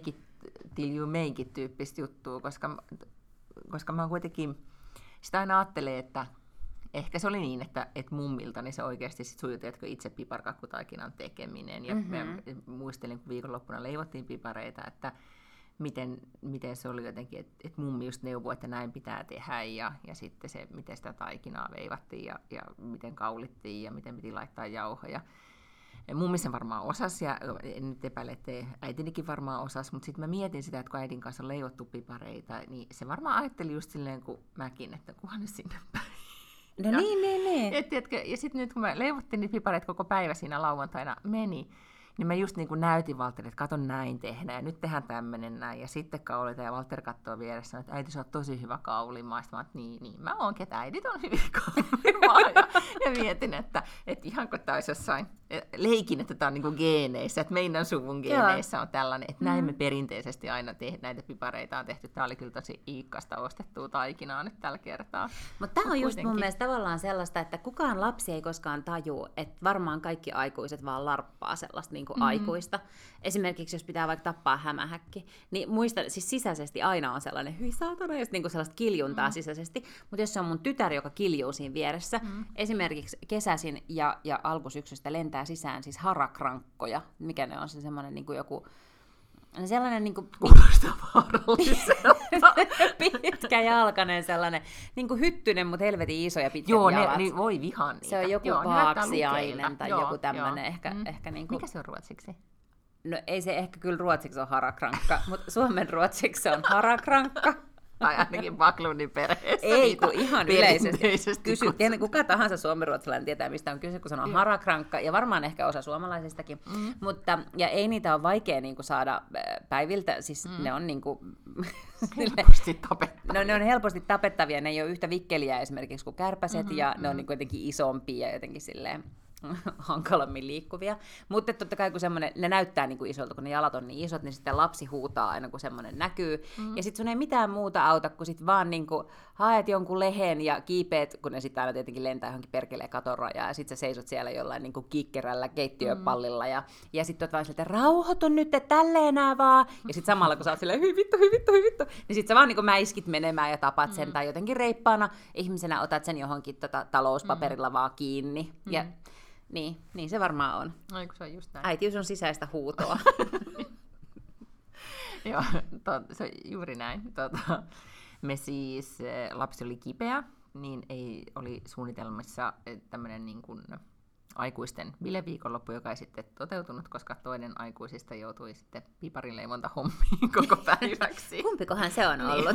[SPEAKER 1] till you make it -tyyppistä juttua, koska, koska mä kuitenkin sitä aina ajattelee, että ehkä se oli niin, että, että mummilta niin se oikeasti sit sujui, että itse piparkakkutaikinan tekeminen. Ja mm-hmm. muistelin, kun viikonloppuna leivottiin pipareita, että miten, miten se oli jotenkin, että, että mummi just neuvoi, että näin pitää tehdä. Ja, ja sitten se, miten sitä taikinaa veivattiin ja, ja miten kaulittiin ja miten piti laittaa jauhoja. Mummi sen varmaan osasi, ja en nyt epäile, että äitinikin varmaan osasi, mutta sitten mä mietin sitä, että kun äidin kanssa on leivottu pipareita, niin se varmaan ajatteli just silleen kuin mäkin, että kunhan ne sinne päin.
[SPEAKER 2] No ja, niin, niin, niin.
[SPEAKER 1] Et, tiedätkö, ja sitten nyt kun mä leivottiin niitä pipareita koko päivä siinä lauantaina meni, niin mä just niin kuin näytin Valterille, että kato näin tehdään, ja nyt tehdään tämmöinen näin, ja sitten kaulitaan, ja Valter katsoo vieressä, että äiti, sä oot tosi hyvä kaulimaan. Sitten mä oon, että niin, niin, mä oonkin, että äidit on hyvin kaulimaan, ja, ja mietin, että, että ihan kun tää olisi jossain, leikin, että tää on niin kuin geeneissä, että meidän suvun geeneissä on tällainen, että näin me perinteisesti aina te, näitä pipareita on tehty. Tää oli kyllä tosi iikkasta ostettua taikinaa nyt tällä kertaa.
[SPEAKER 2] Mutta tää on Mut just kuitenkin mun mielestä tavallaan sellaista, että kukaan lapsi ei koskaan taju, että varmaan kaikki aikuiset vaan larppaa sellaista niin kuin mm-hmm. aikuista. Esimerkiksi jos pitää vaikka tappaa hämähäkki, niin muista, siis sisäisesti aina on sellainen, hyi saatana, just niin kuin sellaista kiljuntaa mm-hmm. sisäisesti. Mutta jos se on mun tytär, joka kiljuu siinä vieressä, mm-hmm. esimerkiksi kesäisin ja, ja alkusyksystä lentää sisään siis harakrankkoja, mikä ne on se semmoinen niin kuin joku, sellainen niin kuin pitkäjalkainen sellainen, niin kuin hyttynen, mutta helvetin iso ja pitkät
[SPEAKER 1] joo,
[SPEAKER 2] jalat.
[SPEAKER 1] Joo, ne, voi vihaan niitä.
[SPEAKER 2] Se on joku
[SPEAKER 1] joo,
[SPEAKER 2] vaaksiainen tai
[SPEAKER 1] joo,
[SPEAKER 2] joku tämmöinen
[SPEAKER 1] joo.
[SPEAKER 2] ehkä,
[SPEAKER 1] mm.
[SPEAKER 2] ehkä niin kuin...
[SPEAKER 1] Mikä se on ruotsiksi?
[SPEAKER 2] No ei se ehkä kyllä ruotsiksi ole harakrankka, mutta suomen ruotsiksi se on harakrankka.
[SPEAKER 1] Tai ainakin Backlundin perheessä.
[SPEAKER 2] Ei, kun ihan yleisesti. Kysy, kuka tahansa suomenruotsalainen tietää, mistä on kyse, kun sanoo harakrankka, ja varmaan ehkä osa suomalaisistakin. Mm. Mutta, ja ei niitä ole vaikea niin kuin saada päiviltä, siis mm. ne on niin kuin...
[SPEAKER 1] helposti tapettavia.
[SPEAKER 2] No, ne on helposti tapettavia, ne ei ole yhtä vikkeliä esimerkiksi kuin kärpäset, mm-hmm, ja mm-hmm. ne on niin kuitenkin isompia ja jotenkin silleen hankalammin liikkuvia. Mutta totta kai kun semmoinen, ne näyttää niin kuin isolta, kun ne jalat on niin isot, niin sitten lapsi huutaa aina, kun semmoinen näkyy. Mm. Ja sitten sun ei mitään muuta auta, kun sit vaan niin kuin haet jonkun lehen ja kiipeet, kun ne sitten aina tietenkin lentää johonkin perkeleen katorajaan, ja sitten sä seisot siellä jollain niin kuin kikkerällä keittiöpallilla, ja, ja sitten oot vaan silleen, että rauhoitu nyt, tälleen nää vaan. Ja sitten samalla, kun sä oot silleen, hyi vittu, hyi vittu, hyi vittu, niin sitten sä vaan niin kuin mäiskit menemään ja tapat sen, mm. tai jotenkin reippaana ihmisenä otat sen johonkin tota, talouspaperilla mm. vaan kiinni. Mm. Ja Niin, niin se varmaan on.
[SPEAKER 1] Ai, kun se on just näin.
[SPEAKER 2] Äitiys on sisäistä huutoa.
[SPEAKER 1] Joo, to, se on juuri näin. Tota, me siis, lapsi oli kipeä, niin ei oli suunnitelmissa tämmöinen niin kuin aikuisten bileviikonloppu, joka ei sitten toteutunut, koska toinen aikuisista joutui sitten piparinleivonta hommiin koko päiväksi.
[SPEAKER 2] Kumpikohan se on ollut?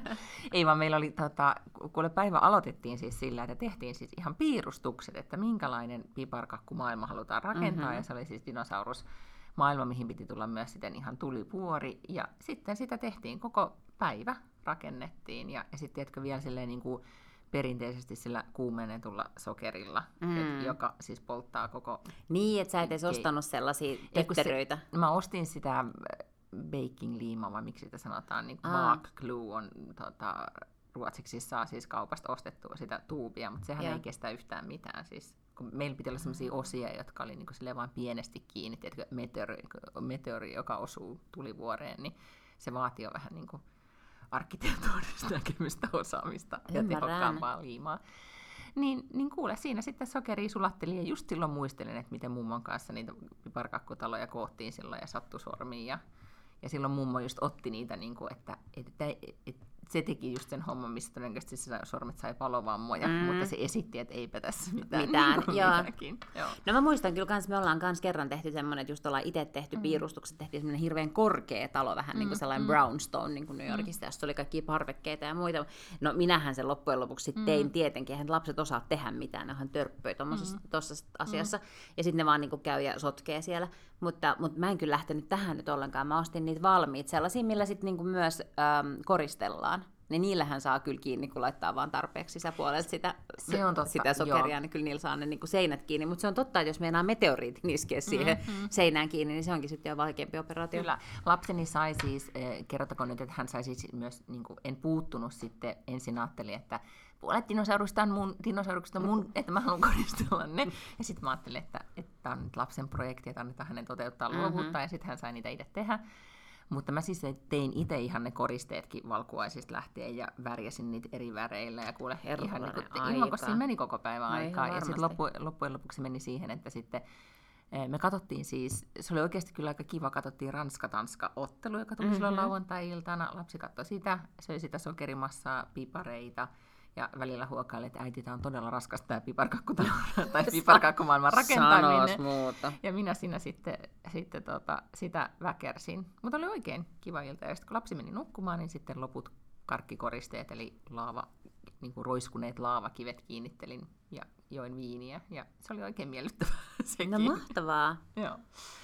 [SPEAKER 1] Ei vaan meillä oli, tota, kuule päivä aloitettiin siis sillä, että tehtiin siis ihan piirustukset, että minkälainen piparkakkumaailma halutaan rakentaa, mm-hmm. ja se oli siis dinosaurusmaailma, mihin piti tulla myös sitten ihan tulivuori, ja sitten sitä tehtiin koko päivä, rakennettiin, ja, ja sitten tiedätkö vielä silleen niin kuin perinteisesti sillä kuumennetulla sokerilla, mm. et, joka siis polttaa koko...
[SPEAKER 2] Niin, että sä et edes ostanut sellaisia tötteröitä.
[SPEAKER 1] Se, mä ostin sitä baking-liimaa, vai miksi sitä sanotaan, niin bake glue on tota, ruotsiksi saa siis kaupasta ostettua sitä tuubia, mutta sehän yeah. ei kestä yhtään mitään. Siis, kun meillä piti olla sellaisia osia, jotka oli niin kuin vain pienesti kiinni, tiedätkö, meteori, meteori, joka osuu tulivuoreen, niin se vaatii jo vähän niin kuin arkkitehtuurista näkemystä osaamista ja tehokkaampaa liimaa. Niin, niin kuule, siinä sitten sokeria sulattelin, ja just silloin muistelin, että miten mummon kanssa niitä piparkakkutaloja koottiin silloin ja sattui sormiin. Ja, ja silloin mummo just otti niitä, niin kuin, että, että, että, että se teki just sen homman, missä todennäköisesti se sormet sai palovammoja, mm. mutta se esitti, että eipä tässä mitään.
[SPEAKER 2] Mitään,
[SPEAKER 1] niin
[SPEAKER 2] joo. joo. No mä muistan kyllä kans, me ollaan kans kerran tehty semmoinen, että just ollaan itse tehty mm. piirustukset, tehtiin semmoinen hirveän korkea talo, vähän mm. niin kuin sellainen mm. brownstone niin kuin New Yorkista, mm. jossa oli kaikkia parvekkeita ja muita. No minähän sen loppujen lopuksi mm. tein tietenkin, eihän lapset osaa tehdä mitään, ne onhan törppöjä tuossa mm. asiassa, mm. ja sitten ne vaan niin kuin käy ja sotkee siellä. Mutta, mutta mä en kyllä lähtenyt tähän nyt ollenkaan, mä ostin niitä valmiit, sellaisia, millä sitten niin kuin myös äm, koristellaan. Niin niillähän saa kyllä kiinni, kun laittaa vaan tarpeeksi sisäpuolelta sitä,
[SPEAKER 1] se on totta,
[SPEAKER 2] sitä sokeria, joo. niin kyllä niillä saa ne niin kuin seinät kiinni. Mutta se on totta, että jos meinaa meteoriitin iskeä siihen mm-hmm. seinään kiinni, niin se onkin sitten jo vaikeampi operaatio. Kyllä.
[SPEAKER 1] Lapseni sai siis, eh, kerrotakoon nyt, että hän sai siis myös, niin kuin, en puuttunut sitten, ensin ajattelin, että puolet dinosaurusta on mun, dinosauruksista on mun, että mä haluan koristella ne. Ja sitten mä ajattelin, että tämä on nyt lapsen projekti, että annetaan hänen toteuttaa luovuutta, mm-hmm. ja sitten hän sai niitä itse tehdä. Mutta mä siis tein itse ihan ne koristeetkin valkuaisista lähtien ja värjäsin niitä eri väreillä. Ja kuule, ihan niin kuin, ilman, kun siinä meni koko päivän no, aikaa. Ja sitten loppu, loppujen lopuksi meni siihen, että sitten me katsottiin siis, se oli oikeasti kyllä aika kiva, katsottiin Ranska-Tanska-ottelu, joka tuli mm-hmm. silloin lauantai-iltana. Lapsi katsoi sitä, söi sitä sokerimassaa, pipareita. Ja välillä huokaili, että äiti, tämä on todella raskasta tämä piparkakku tai piparkakkumaailman rakentaminen.
[SPEAKER 2] Muuta.
[SPEAKER 1] Ja minä siinä sitten, sitten tota, sitä väkersin. Mutta oli oikein kiva ilta. Ja sitten kun lapsi meni nukkumaan, niin sitten loput karkkikoristeet, eli laava, niin kuin roiskuneet laavakivet kiinnittelin ja join viiniä. Ja se oli oikein miellyttävää sekin.
[SPEAKER 2] No mahtavaa.
[SPEAKER 1] Joo.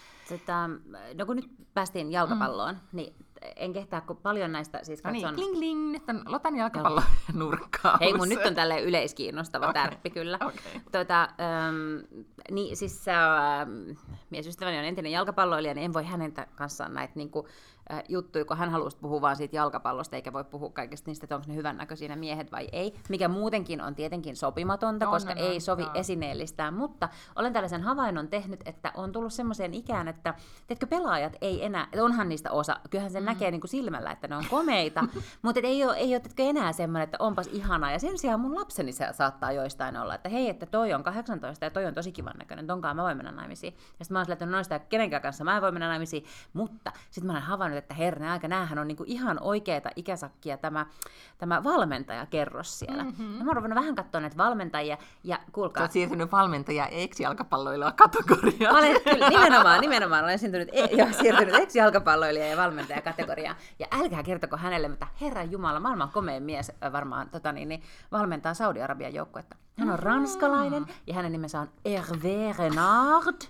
[SPEAKER 2] Tätä, no kun nyt päästiin jalkapalloon, mm. niin en kehtaa, kun paljon näistä siis katson...
[SPEAKER 1] No niin, kling kling, nyt on Lotan jalkapallon nurkkaus.
[SPEAKER 2] Hei, mun nyt on tälleen yleiskiinnostava okay. tärppi kyllä.
[SPEAKER 1] Okay.
[SPEAKER 2] Tota, ähm, niin siis ähm, miesystäväni on entinen jalkapalloilija, niin en voi hänen kanssaan näitä niinku, äh, juttuja, kun hän haluaisi puhua vaan siitä jalkapallosta, eikä voi puhua kaikesta niistä, että onko ne hyvännäköisiä miehet vai ei, mikä muutenkin on tietenkin sopimatonta, no, koska no, no, ei sovi no. esineellistää, mutta olen tällaisen havainnon tehnyt, että on tullut semmoiseen ikään, että tiedätkö, pelaajat ei enää, onhan niistä osa, kyllähän sen mm. näkee niin kuin silmällä, että ne on komeita, mutta ei ole, ei ole tiedätkö, enää semmoinen, että onpas ihanaa, ja sen sijaan mun lapseni se saattaa joistain olla, että hei, että toi on kahdeksantoista ja toi on tosi kivan näköinen, tonkaan mä voin mennä naimisiin. Ja sitten mä oon sillä, että no sitä kenenkään kanssa mä en voi mennä naimisiin, mutta sitten mä olen havainnut, että hernen aika, näähän on niinku ihan oikeeta ikäsakkia tämä, tämä valmentajakerros siellä. Mm-hmm. Ja mä oon ruvennut vähän katsoa näitä valmentajia, ja kuulkaa.
[SPEAKER 1] Sä oot siirtynyt valmentaja ex-jalkapalloilua kategoriaan.
[SPEAKER 2] Olen kyllä, nimenomaan, nimenomaan olen syntynyt, jo, siirtynyt ex-jalkapalloilija ja valmentaja kategoriaan. Ja älkää kertoko hänelle, mutta Herran Jumala, maailman komein mies varmaan tota niin, niin, valmentaa Saudi-Arabian joukkuetta. Hän on ranskalainen ja hänen nimensä on Hervé Renard.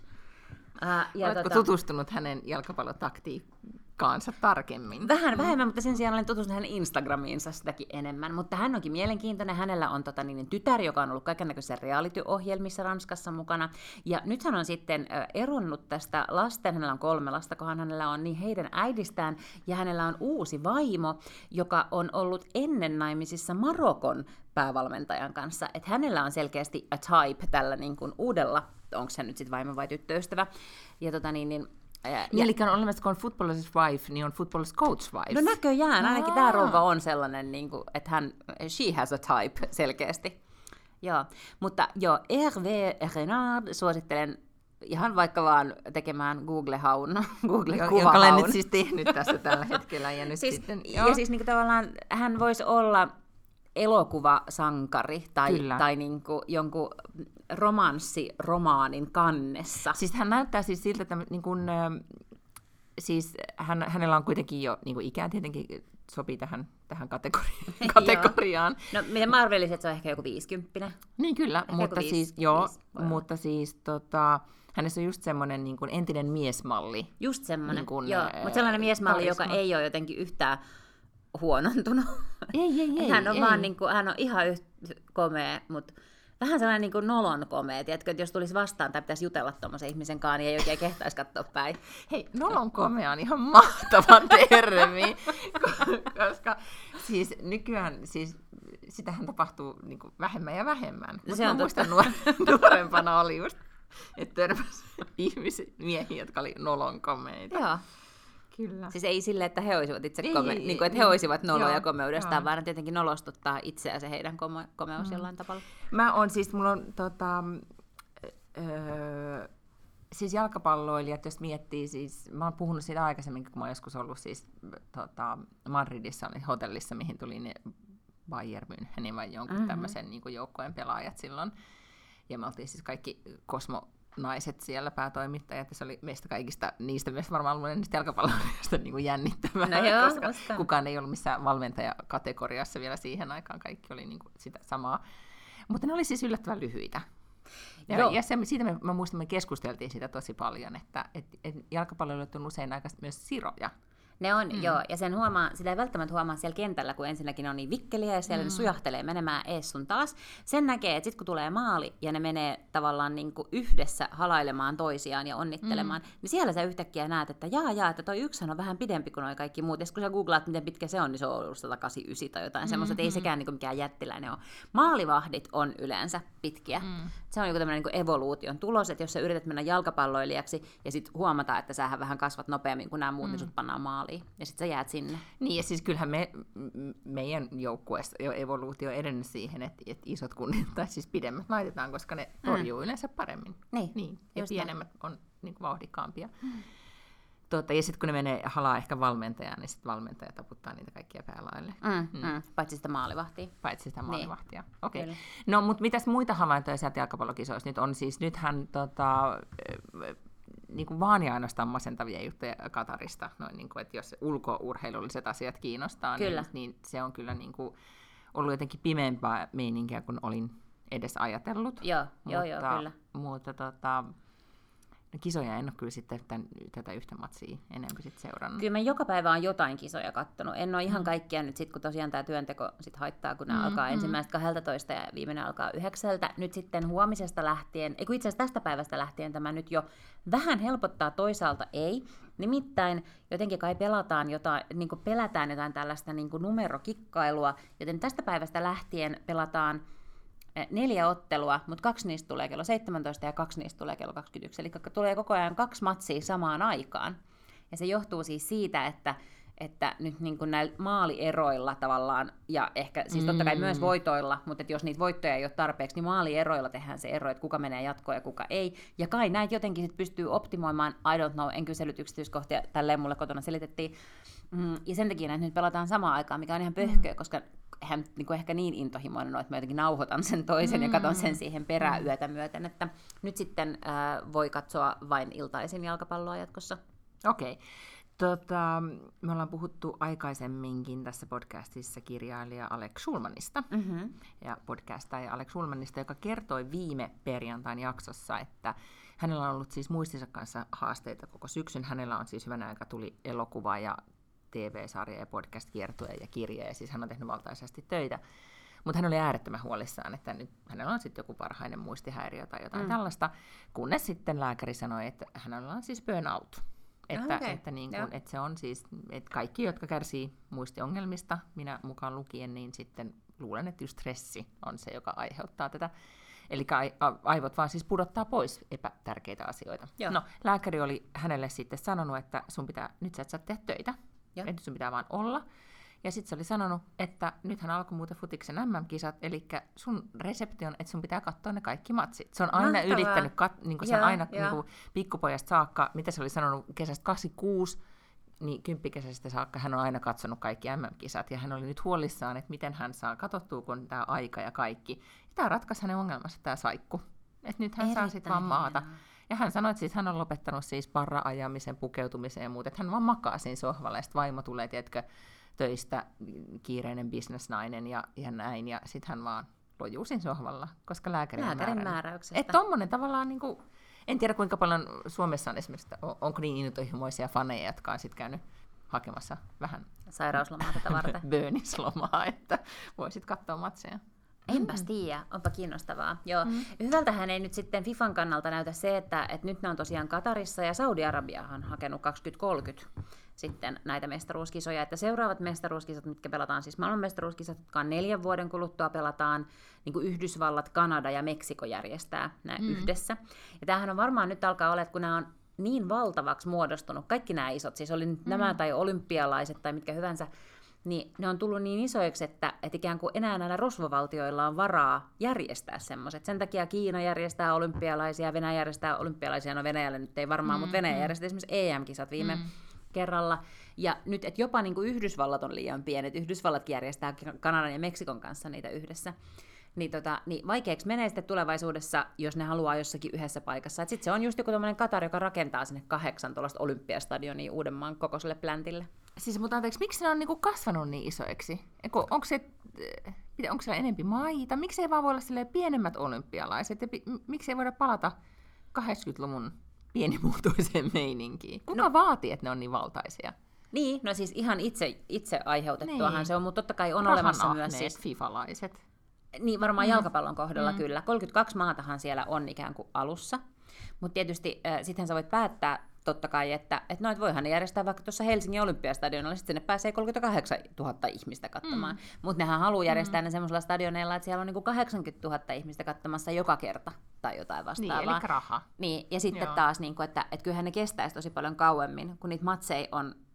[SPEAKER 2] Uh, ja
[SPEAKER 1] Oletko tota, tutustunut hänen jalkapallotaktiikkaansa tarkemmin?
[SPEAKER 2] Vähän vähemmän, mutta sen sijaan olen tutustunut hänen Instagramiinsa sitäkin enemmän. Mutta hän onkin mielenkiintoinen. Hänellä on tota, niin, tytär, joka on ollut kaikennäköisissä reality-ohjelmissa Ranskassa mukana. Ja nyt hän on sitten äh, eronnut tästä lasten, hänellä on kolme lasta, kohan hänellä on, niin heidän äidistään. Ja hänellä on uusi vaimo, joka on ollut ennen naimisissa Marokon päävalmentajan kanssa. Että hänellä on selkeästi a type tällä niin kuin uudella, onko se nyt sitten vaimo vai tyttöystävä. Ja tota niin, niin
[SPEAKER 1] Ja, ja, eli on olemassa, kun on footballer's wife, niin on footballer's coach wife.
[SPEAKER 2] No näköjään, ainakin tämä rouva on sellainen, niin kuin, että hän, she has a type selkeästi. Joo, mutta joo, Hervé Renard suosittelen ihan vaikka vaan tekemään Google-haun, Google-kuvahaun.
[SPEAKER 1] Joka olen nyt siis tehnyt tässä tällä hetkellä. Ja, nyt
[SPEAKER 2] siis,
[SPEAKER 1] sitten,
[SPEAKER 2] ja siis niin kuin tavallaan hän voisi olla elokuvasankari tai, tai niin kuin jonkun romanssiromaanin kannessa.
[SPEAKER 1] Siis hän näyttää siis siltä, että niin kuin, siis hän, hänellä on kuitenkin jo niin kuin ikää tietenkin sopii tähän, tähän kategori- kategoriaan.
[SPEAKER 2] No miten mä arvelisin, että se on ehkä joku viisikymppinen.
[SPEAKER 1] Niin kyllä, ehkä mutta viisi, siis, joo, mutta siis tota, hänessä on just semmoinen niin kuin entinen miesmalli.
[SPEAKER 2] Just semmoinen, niin kuin, joo, mutta sellainen miesmalli, karisma. Joka ei ole jotenkin yhtään huonontunut.
[SPEAKER 1] Ei, ei, ei.
[SPEAKER 2] Hän on
[SPEAKER 1] ei.
[SPEAKER 2] vaan niin kuin, hän on ihan yhtä komea, mutta vähän sellainen niin kuin nolon komea, tiedätkö, että jos tulisi vastaan tai pitäisi jutella tuommoisen ihmisen kanssa, niin ei oikein kehtaisi katsoa päin.
[SPEAKER 1] Hei, nolon komea on ihan mahtava termi, koska siis nykyään, siis sitähän tapahtuu niin kuin vähemmän ja vähemmän.
[SPEAKER 2] Se on
[SPEAKER 1] muistan nuorempana oli just, että törmäsi ihmisiä, miehiä, jotka oli nolon komeita.
[SPEAKER 2] Joo.
[SPEAKER 1] Kyllä.
[SPEAKER 2] Siis ei sille, että he olisivat itse ei, kome- ei, niin kuin, että he olisivat noloja joo, komeudestaan, joo. vaan tietenkin nolostuttaa itseään se heidän kome- komeus mm. jollain tavalla.
[SPEAKER 1] Mä on siis, mulla on tota, öö, siis jalkapalloilijat, jos miettii, siis mä oon puhunut siitä aikaisemmin, kun mä oon joskus ollut siis tota, Madridissa, oli hotellissa, mihin tuli ne Bayern Münchenin vai jonkun mm-hmm. tämmöisen niin kuin joukkueen pelaajat silloin. Ja me oltiin siis kaikki Kosmo naiset siellä, päätoimittajat, ja se oli meistä kaikista, niistä myös varmaan niistä jalkapalloilijoista niin kuin jännittävää,
[SPEAKER 2] no joo,
[SPEAKER 1] koska
[SPEAKER 2] koska
[SPEAKER 1] kukaan ei ollut missään valmentajakategoriassa vielä siihen aikaan, kaikki oli niin kuin sitä samaa. Mutta ne oli siis yllättävän lyhyitä. Ja, ja se, siitä me, mä muistan, me keskusteltiin siitä tosi paljon, että et, et jalkapalloilijat on usein aika myös siroja.
[SPEAKER 2] Ne on, mm. joo, ja sen huomaa, sitä ei välttämättä huomaa siellä kentällä, kun ensinnäkin on niin vikkeliä ja siellä mm. ne sujahtelee menemään ees sun taas. Sen näkee, että sitten kun tulee maali ja ne menee tavallaan niin kuin yhdessä halailemaan toisiaan ja onnittelemaan, mm. niin siellä sä yhtäkkiä näet, että jaa, jaa, että toi yksihän on vähän pidempi kuin noi kaikki muut. Ja kun sä googlaat, miten pitkä se on, niin se on ollut sata kahdeksankymmentäyhdeksän tai jotain mm-hmm. semmoista, että ei sekään niin kuin mikään jättiläinen ole. Maalivahdit on yleensä pitkiä. Mm. Se on joku tämmöinen niin kuin evoluution tulos, että jos sä yrität mennä jalkapalloilijaksi ja sitten huomata, että sähän vähän kasvat nopeammin kuin nämä muut, mm. niin sut pannaan maaliin. maaliin, ja sitten sä jäät sinne.
[SPEAKER 1] Niin, ja siis kyllähän me, meidän joukkueessa jo evoluutio edennyt siihen, että, että isot kunnit, tai siis pidemmät laitetaan, koska ne torjuu mm. yleensä paremmin.
[SPEAKER 2] Niin,
[SPEAKER 1] niin ja pienemmät on niin kuin vauhdikkaampia. Mm. Tota, ja sitten kun ne menee halaa ehkä valmentajaan, niin sitten valmentaja taputtaa niitä kaikkia päälaille.
[SPEAKER 2] Mm, mm. Mm. Paitsi sitä maalivahtia.
[SPEAKER 1] Paitsi sitä maalivahtia. Niin. Okei. Okay. No, mutta mitäs muita havaintoja sieltä jalkapallokisoissa nyt on? Siis nythän tota, niin kuin vaan ja ainoastaan masentavia juttuja Katarista. Noin, niin kuin, että jos ulkourheilulliset asiat kiinnostaa, niin, niin se on kyllä niin kuin ollut jotenkin pimeämpää meininkiä kuin olin edes ajatellut.
[SPEAKER 2] Joo,
[SPEAKER 1] mutta,
[SPEAKER 2] joo, joo, kyllä.
[SPEAKER 1] Mutta tota, no, kisoja en ole kyllä sitten tämän, tätä yhtä matsia enemmän sit seurannut.
[SPEAKER 2] Kyllä mä joka päivä on jotain kisoja kattonut. En ole ihan mm. kaikkia nyt sit, kun tosiaan tämä työnteko sit haittaa, kun nämä mm, alkaa mm. ensimmäistä kahdeltatoista ja viimeinen alkaa yhdeksältä. Nyt sitten huomisesta lähtien, ei kun itse asiassa tästä päivästä lähtien tämä nyt jo vähän helpottaa, toisaalta ei. Nimittäin jotenkin kai pelataan jotain, niin kuin pelätään jotain tällaista niin kuin numerokikkailua, joten tästä päivästä lähtien pelataan neljä ottelua, mutta kaksi niistä tulee kello seitsemäntoista ja kaksi niistä tulee kello kaksikymmentäyksi. Eli tulee koko ajan kaksi matsia samaan aikaan. Ja se johtuu siis siitä, että, että nyt niin kuin näillä maalieroilla tavallaan, ja ehkä siis totta kai mm. myös voitoilla, mutta että jos niitä voittoja ei ole tarpeeksi, niin maalieroilla tehdään se ero, että kuka menee jatkoon ja kuka ei. Ja kai näitä jotenkin sit pystyy optimoimaan, I don't know, en kysellyt yksityiskohtia, tälleen mulle kotona selitettiin. Ja sen takia näitä nyt pelataan samaan aikaan, mikä on ihan pöhköä, mm. koska hän niin ehkä niin intohimoinen on, että mä jotenkin nauhoitan sen toisen mm. ja katson sen siihen perään yötä myöten, että nyt sitten äh, voi katsoa vain iltaisin jalkapalloa jatkossa.
[SPEAKER 1] Okei. Okay. Tota, me ollaan puhuttu aikaisemminkin tässä podcastissa kirjailija Alex Schulmanista mm-hmm. ja podcastaja Alex Schulmanista, joka kertoi viime perjantain jaksossa, että hänellä on ollut siis muistinsa kanssa haasteita koko syksyn. Hänellä on siis hyvänä aika tuli elokuva ja T V-sarja ja podcast-kiertue ja kirja, ja siis hän on tehnyt valtaisesti töitä. Mutta hän oli äärettömän huolissaan, että nyt hänellä on sitten joku parhainen muistihäiriö tai jotain mm. tällaista, kunnes sitten lääkäri sanoi, että hänellä on siis burnout. Että, okay. että, niin kun, että se on siis, että kaikki, jotka kärsii muistiongelmista, minä mukaan lukien, niin sitten luulen, että just stressi on se, joka aiheuttaa tätä. Eli aivot vaan siis pudottaa pois epätärkeitä asioita. Joo. No, lääkäri oli hänelle sitten sanonut, että sun pitää, nyt sä et saa tehdä töitä. Ja. Että sun pitää vaan olla. Ja sitten se oli sanonut, että nythän alkoi muuten futiksen M M-kisat, eli sun resepti on, että sun pitää katsoa ne kaikki matsit. Se on aina Mahtavaa. yrittänyt, kat- niin se on aina niin pikkupojasta saakka, mitä se oli sanonut kesästä kahdeksankymmentäkuusi, niin kymppikesästä saakka hän on aina katsonut kaikki M M-kisat, ja hän oli nyt huolissaan, että miten hän saa katsottua, kun tämä aika ja kaikki. Ja tämä ratkaisi hänen ongelmansa, tämä saikku. Että nyt hän Erittäin saa sitten vaan maata. Ja hän sanoi, että siis hän on lopettanut siis parra-ajamisen, pukeutumisen ja muut, että hän vaan makaa siinä sohvalla, ja sitten vaimo tulee, tiedätkö, töistä, kiireinen bisnesnainen ja, ja näin, ja sitten hän vaan lojuu siinä sohvalla, koska lääkärin,
[SPEAKER 2] lääkärin määräyksestä.
[SPEAKER 1] Että tommonen tavallaan, niin kuin, en tiedä kuinka paljon Suomessa on esimerkiksi, onko niin intohimoisia faneja, jotka on sitten käynyt hakemassa vähän
[SPEAKER 2] sairauslomaa tätä varten.
[SPEAKER 1] Bönislomaa, että voisit katsoa matseja.
[SPEAKER 2] Enpäs tiedä, onpa kiinnostavaa. Joo. Mm. Hyvältähän ei nyt sitten FIFAn kannalta näytä se, että, että nyt ne on tosiaan Katarissa ja Saudi-Arabiahan on hakenut kaksituhattakolmekymmentä sitten näitä mestaruuskisoja, että seuraavat mestaruuskisat, mitkä pelataan, siis maailmanmestaruuskisat, jotka on neljän vuoden kuluttua pelataan, niin kuin Yhdysvallat, Kanada ja Meksiko järjestää nämä mm. yhdessä. Ja tämähän on varmaan nyt alkaa olla, että kun nämä on niin valtavaksi muodostunut, kaikki nämä isot, siis oli nyt mm. nämä tai olympialaiset tai mitkä hyvänsä, niin ne on tullut niin isoiksi, että, että ikään kuin enää näillä rosvovaltioilla on varaa järjestää semmoiset. Sen takia Kiina järjestää olympialaisia, Venäjä järjestää olympialaisia, no Venäjällä nyt ei varmaan, mm, mutta Venäjä mm. järjestää esimerkiksi E M-kisat viime mm. kerralla. Ja nyt, että jopa niin kuin Yhdysvallat on liian pienet, Yhdysvallatkin järjestää Kanadan ja Meksikon kanssa niitä yhdessä. Niin, tota, niin vaikeaksi menee sitten tulevaisuudessa, jos ne haluaa jossakin yhdessä paikassa. Sitten se on just joku tämmöinen Katar, joka rakentaa sinne kahdeksan tuollaista olympiastadionia Uudenmaan kokoiselle pläntille.
[SPEAKER 1] Siis, mutta anteeksi, miksi ne on niinku kasvanut niin isoiksi? Eiku, onko, se, onko siellä enempi maita? Miksi ei vaan voi olla pienemmät olympialaiset? Ja pi, miksi ei voida palata kahdeksankymmentäluvun pienimuotoiseen meininkiin? Kuka no, vaatii, että ne on niin valtaisia?
[SPEAKER 2] Niin, no siis ihan itse, itse aiheutettuahan niin. se on, mutta totta kai on Rahan olemassa
[SPEAKER 1] ahneet,
[SPEAKER 2] myös siis
[SPEAKER 1] fifalaiset.
[SPEAKER 2] Niin, varmaan mm. jalkapallon kohdalla mm. kyllä. kolmekymmentäkaksi maatahan siellä on ikään kuin alussa. Mutta tietysti äh, sittenhän sä voit päättää totta kai, että et no, et voihan ne järjestää vaikka tuossa Helsingin olympiastadionilla, sitten sinne pääsee kolmekymmentäkahdeksan tuhatta ihmistä katsomaan. Mm. Mutta nehän haluaa järjestää mm. ne semmoisella stadioneilla, että siellä on niinku kahdeksankymmentätuhatta ihmistä katsomassa joka kerta tai jotain vastaavaa.
[SPEAKER 1] Niin, eli raha.
[SPEAKER 2] Niin, ja sitten Joo. taas, niinku, että et kyllähän ne kestäisi tosi paljon kauemmin, kun niitä matseja on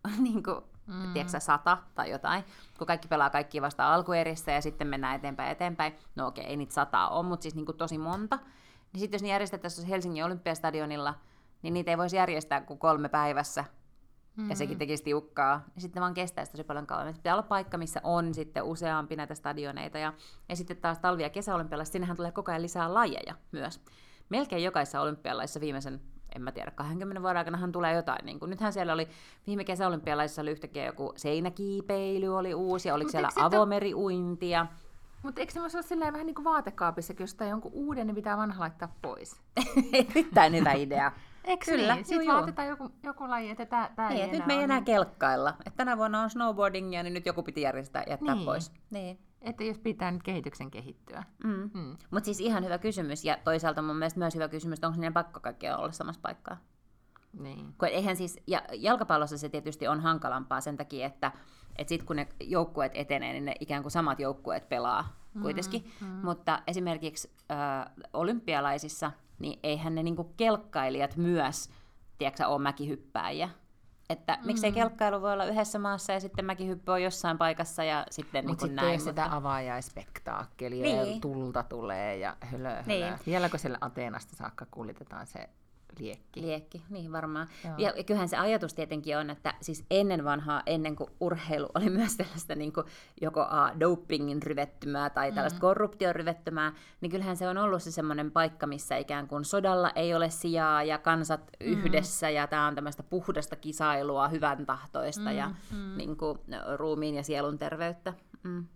[SPEAKER 2] niin kuin, mm. tiedätkö, sata tai jotain, kun kaikki pelaa kaikki vasta alkuerissä ja sitten mennään eteenpäin eteenpäin. No okei, ei niitä sataa ole, mutta siis niin kuin tosi monta. Niin sitten jos ne järjestettäisiin Helsingin Olympiastadionilla, niin niitä ei voisi järjestää kuin kolme päivässä. Mm. Ja sekin tekisi tiukkaa. Ja sitten vaan kestäisi tosi paljon kauemmin. Pitää olla paikka, missä on sitten useampi näitä stadioneita. Ja, ja sitten taas talvi- ja kesäolympialaisissa, sinnehän tulee koko ajan lisää lajeja myös. Melkein jokaisessa olympialaisissa viimeisen, en mä tiedä, kaksikymmentä vuoden aikanahan tulee jotain. Niin kun, nythän siellä oli, viime kesäolympialaisissa oli yhtäkkiä joku seinäkiipeily oli uusi, ja oliko Mut siellä avomeriuintia.
[SPEAKER 1] Mutta eikö semmoisella silleen vähän niin kuin vaatekaapissa, jos tai jonkun uuden, niin pitää vanha laittaa pois?
[SPEAKER 2] Erittäin hyvä idea.
[SPEAKER 1] Eikö Kyllä, niin? Sitten vaan otetaan joku, joku laji, että tää, tää
[SPEAKER 2] niin,
[SPEAKER 1] ei
[SPEAKER 2] nyt me ei enää kelkkailla. Että tänä vuonna on snowboardingia, niin nyt joku piti järjestää jättää niin. pois. Niin.
[SPEAKER 1] Että jos pitää nyt kehityksen kehittyä.
[SPEAKER 2] Mm. Mm. Mutta siis ihan hyvä kysymys. Ja toisaalta mun mielestä myös hyvä kysymys, että onko niiden pakko kaikkea olla samassa paikkaa.
[SPEAKER 1] Niin.
[SPEAKER 2] Kun eihän siis, ja jalkapallossa se tietysti on hankalampaa sen takia, että et sitten kun ne joukkueet etenee, niin ne ikään kuin samat joukkueet pelaa kuitenkin. Mm, mm. Mutta esimerkiksi äh, olympialaisissa, niin eihän ne niinku kelkkailijat myös, tiedätkö, ole mäkihyppääjiä. Että mm. miksei kelkkailu voi olla yhdessä maassa ja sitten mäkihyppy on jossain paikassa ja sitten
[SPEAKER 1] Mut
[SPEAKER 2] niin
[SPEAKER 1] sit
[SPEAKER 2] näin.
[SPEAKER 1] Mutta sitten sitä avaajaisspektaakkelia niin. ja tulta tulee ja hölö, hölö.
[SPEAKER 2] Niin.
[SPEAKER 1] Vieläkö siellä Ateenasta saakka kuljetetaan se liekki?
[SPEAKER 2] Liekki, niin varmaan.
[SPEAKER 1] Joo.
[SPEAKER 2] Ja kyllähän se ajatus tietenkin on, että siis ennen vanhaa, ennen kuin urheilu oli myös tällaista niin kuin joko a, dopingin ryvettymää tai tällaista mm. korruption ryvettymää, niin kyllähän se on ollut se semmoinen paikka, missä ikään kuin sodalla ei ole sijaa ja kansat mm. yhdessä ja tämä on tämmöistä puhdasta kisailua, hyvän tahtoista mm. ja mm. niin kuin, ruumiin ja sielun terveyttä. Mm.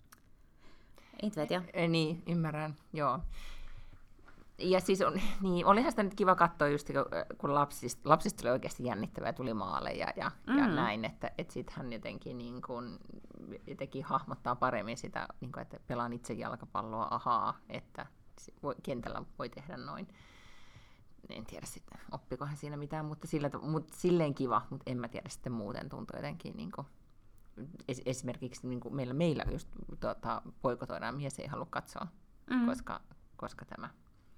[SPEAKER 2] Inte vet jag.
[SPEAKER 1] E, niin, ymmärrän, joo. Ja siis on, niin, olihan sitä nyt kiva katsoa just, kun lapsista, lapsista oli oikeasti jännittävää, tuli maaleja ja, mm. ja näin, että et sitten hän jotenkin, niin kun, jotenkin hahmottaa paremmin sitä, niin kun, että pelaan itse jalkapalloa, ahaa, että voi, kentällä voi tehdä noin. En tiedä sitten, oppikohan siinä mitään, mutta, sillä, mutta silleen kiva, mutta en mä tiedä sitten muuten tuntuu jotenkin, niin kun, es, esimerkiksi niin kun meillä, meillä just tuota, poikotoidaan, mies ei halua katsoa, mm. koska, koska tämä...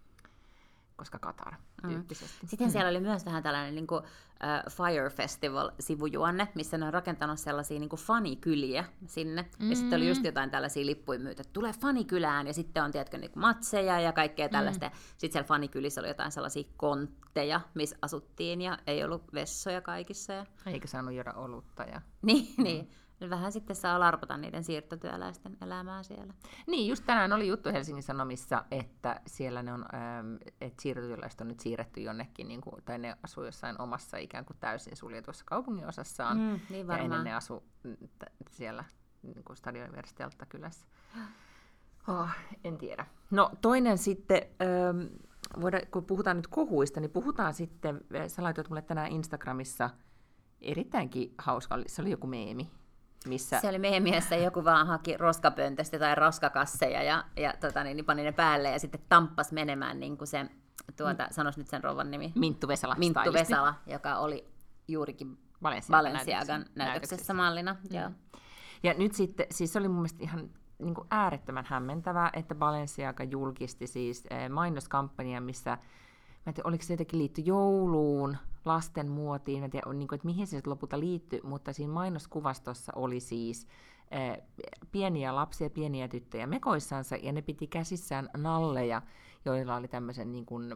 [SPEAKER 1] koska Katar tyyppisesti.
[SPEAKER 2] Mm. Sitten mm. siellä oli myös vähän tällainen niin kuin, uh, Fire Festival-sivujuonne, missä ne on rakentanut sellaisia niin kuin fanikyliä sinne. Mm. Ja sitten oli just jotain tällaisia lippuja myytä, että tulee fanikylään, ja sitten on tiedätkö, niin kuin matseja ja kaikkea tällaista. Mm. Sitten siellä fanikylissä oli jotain sellaisia kontteja, missä asuttiin, ja ei ollut vessoja kaikissa. Ja...
[SPEAKER 1] Eikä saanut juoda olutta. Ja...
[SPEAKER 2] niin, mm. niin. Vähän sitten saa larpata niiden siirtotyöläisten elämää siellä.
[SPEAKER 1] Niin, just tänään oli juttu Helsingin Sanomissa, että siellä ne on, että siirtotyöläiset on nyt siirretty jonnekin, niin kuin, tai ne asuu jossain omassa ikään kuin täysin suljetussa kaupungin osassaan.
[SPEAKER 2] Mm, niin
[SPEAKER 1] ja ennen ne asu siellä niin kuin stadionin vieressä telttakylässä. Oh, en tiedä. No toinen sitten, voidaan, kun puhutaan nyt kohuista, niin puhutaan sitten, sä laitoit mulle tänään Instagramissa erittäinkin hauska, se oli joku meemi. Missä...
[SPEAKER 2] Se oli meidän mielessä joku vaan haki roskapöntöstä tai roskakasseja ja, ja tota, niin, niin pani ne päälle ja sitten tamppas menemään niin kuin se, tuota, mm. sanois nyt sen rouvan nimi.
[SPEAKER 1] Minttu Vesala.
[SPEAKER 2] Minttu Vesala, joka oli juurikin Balenciagan näytöksessä mallina. Mm. Joo.
[SPEAKER 1] Ja nyt sitten, siis se oli mun mielestä ihan niin kuin äärettömän hämmentävää, että Balenciaga julkisti siis mainoskampanjan, missä mä en tiedä, oliko se jotenkin liitty jouluun, lasten muotiin, mä en tiedä, niin kuin, että mihin se sitten lopulta liittyi, mutta siinä mainoskuvastossa oli siis äh, pieniä lapsia, pieniä tyttöjä mekoissansa, ja ne piti käsissään nalleja, joilla oli tämmöisen, niin kuin,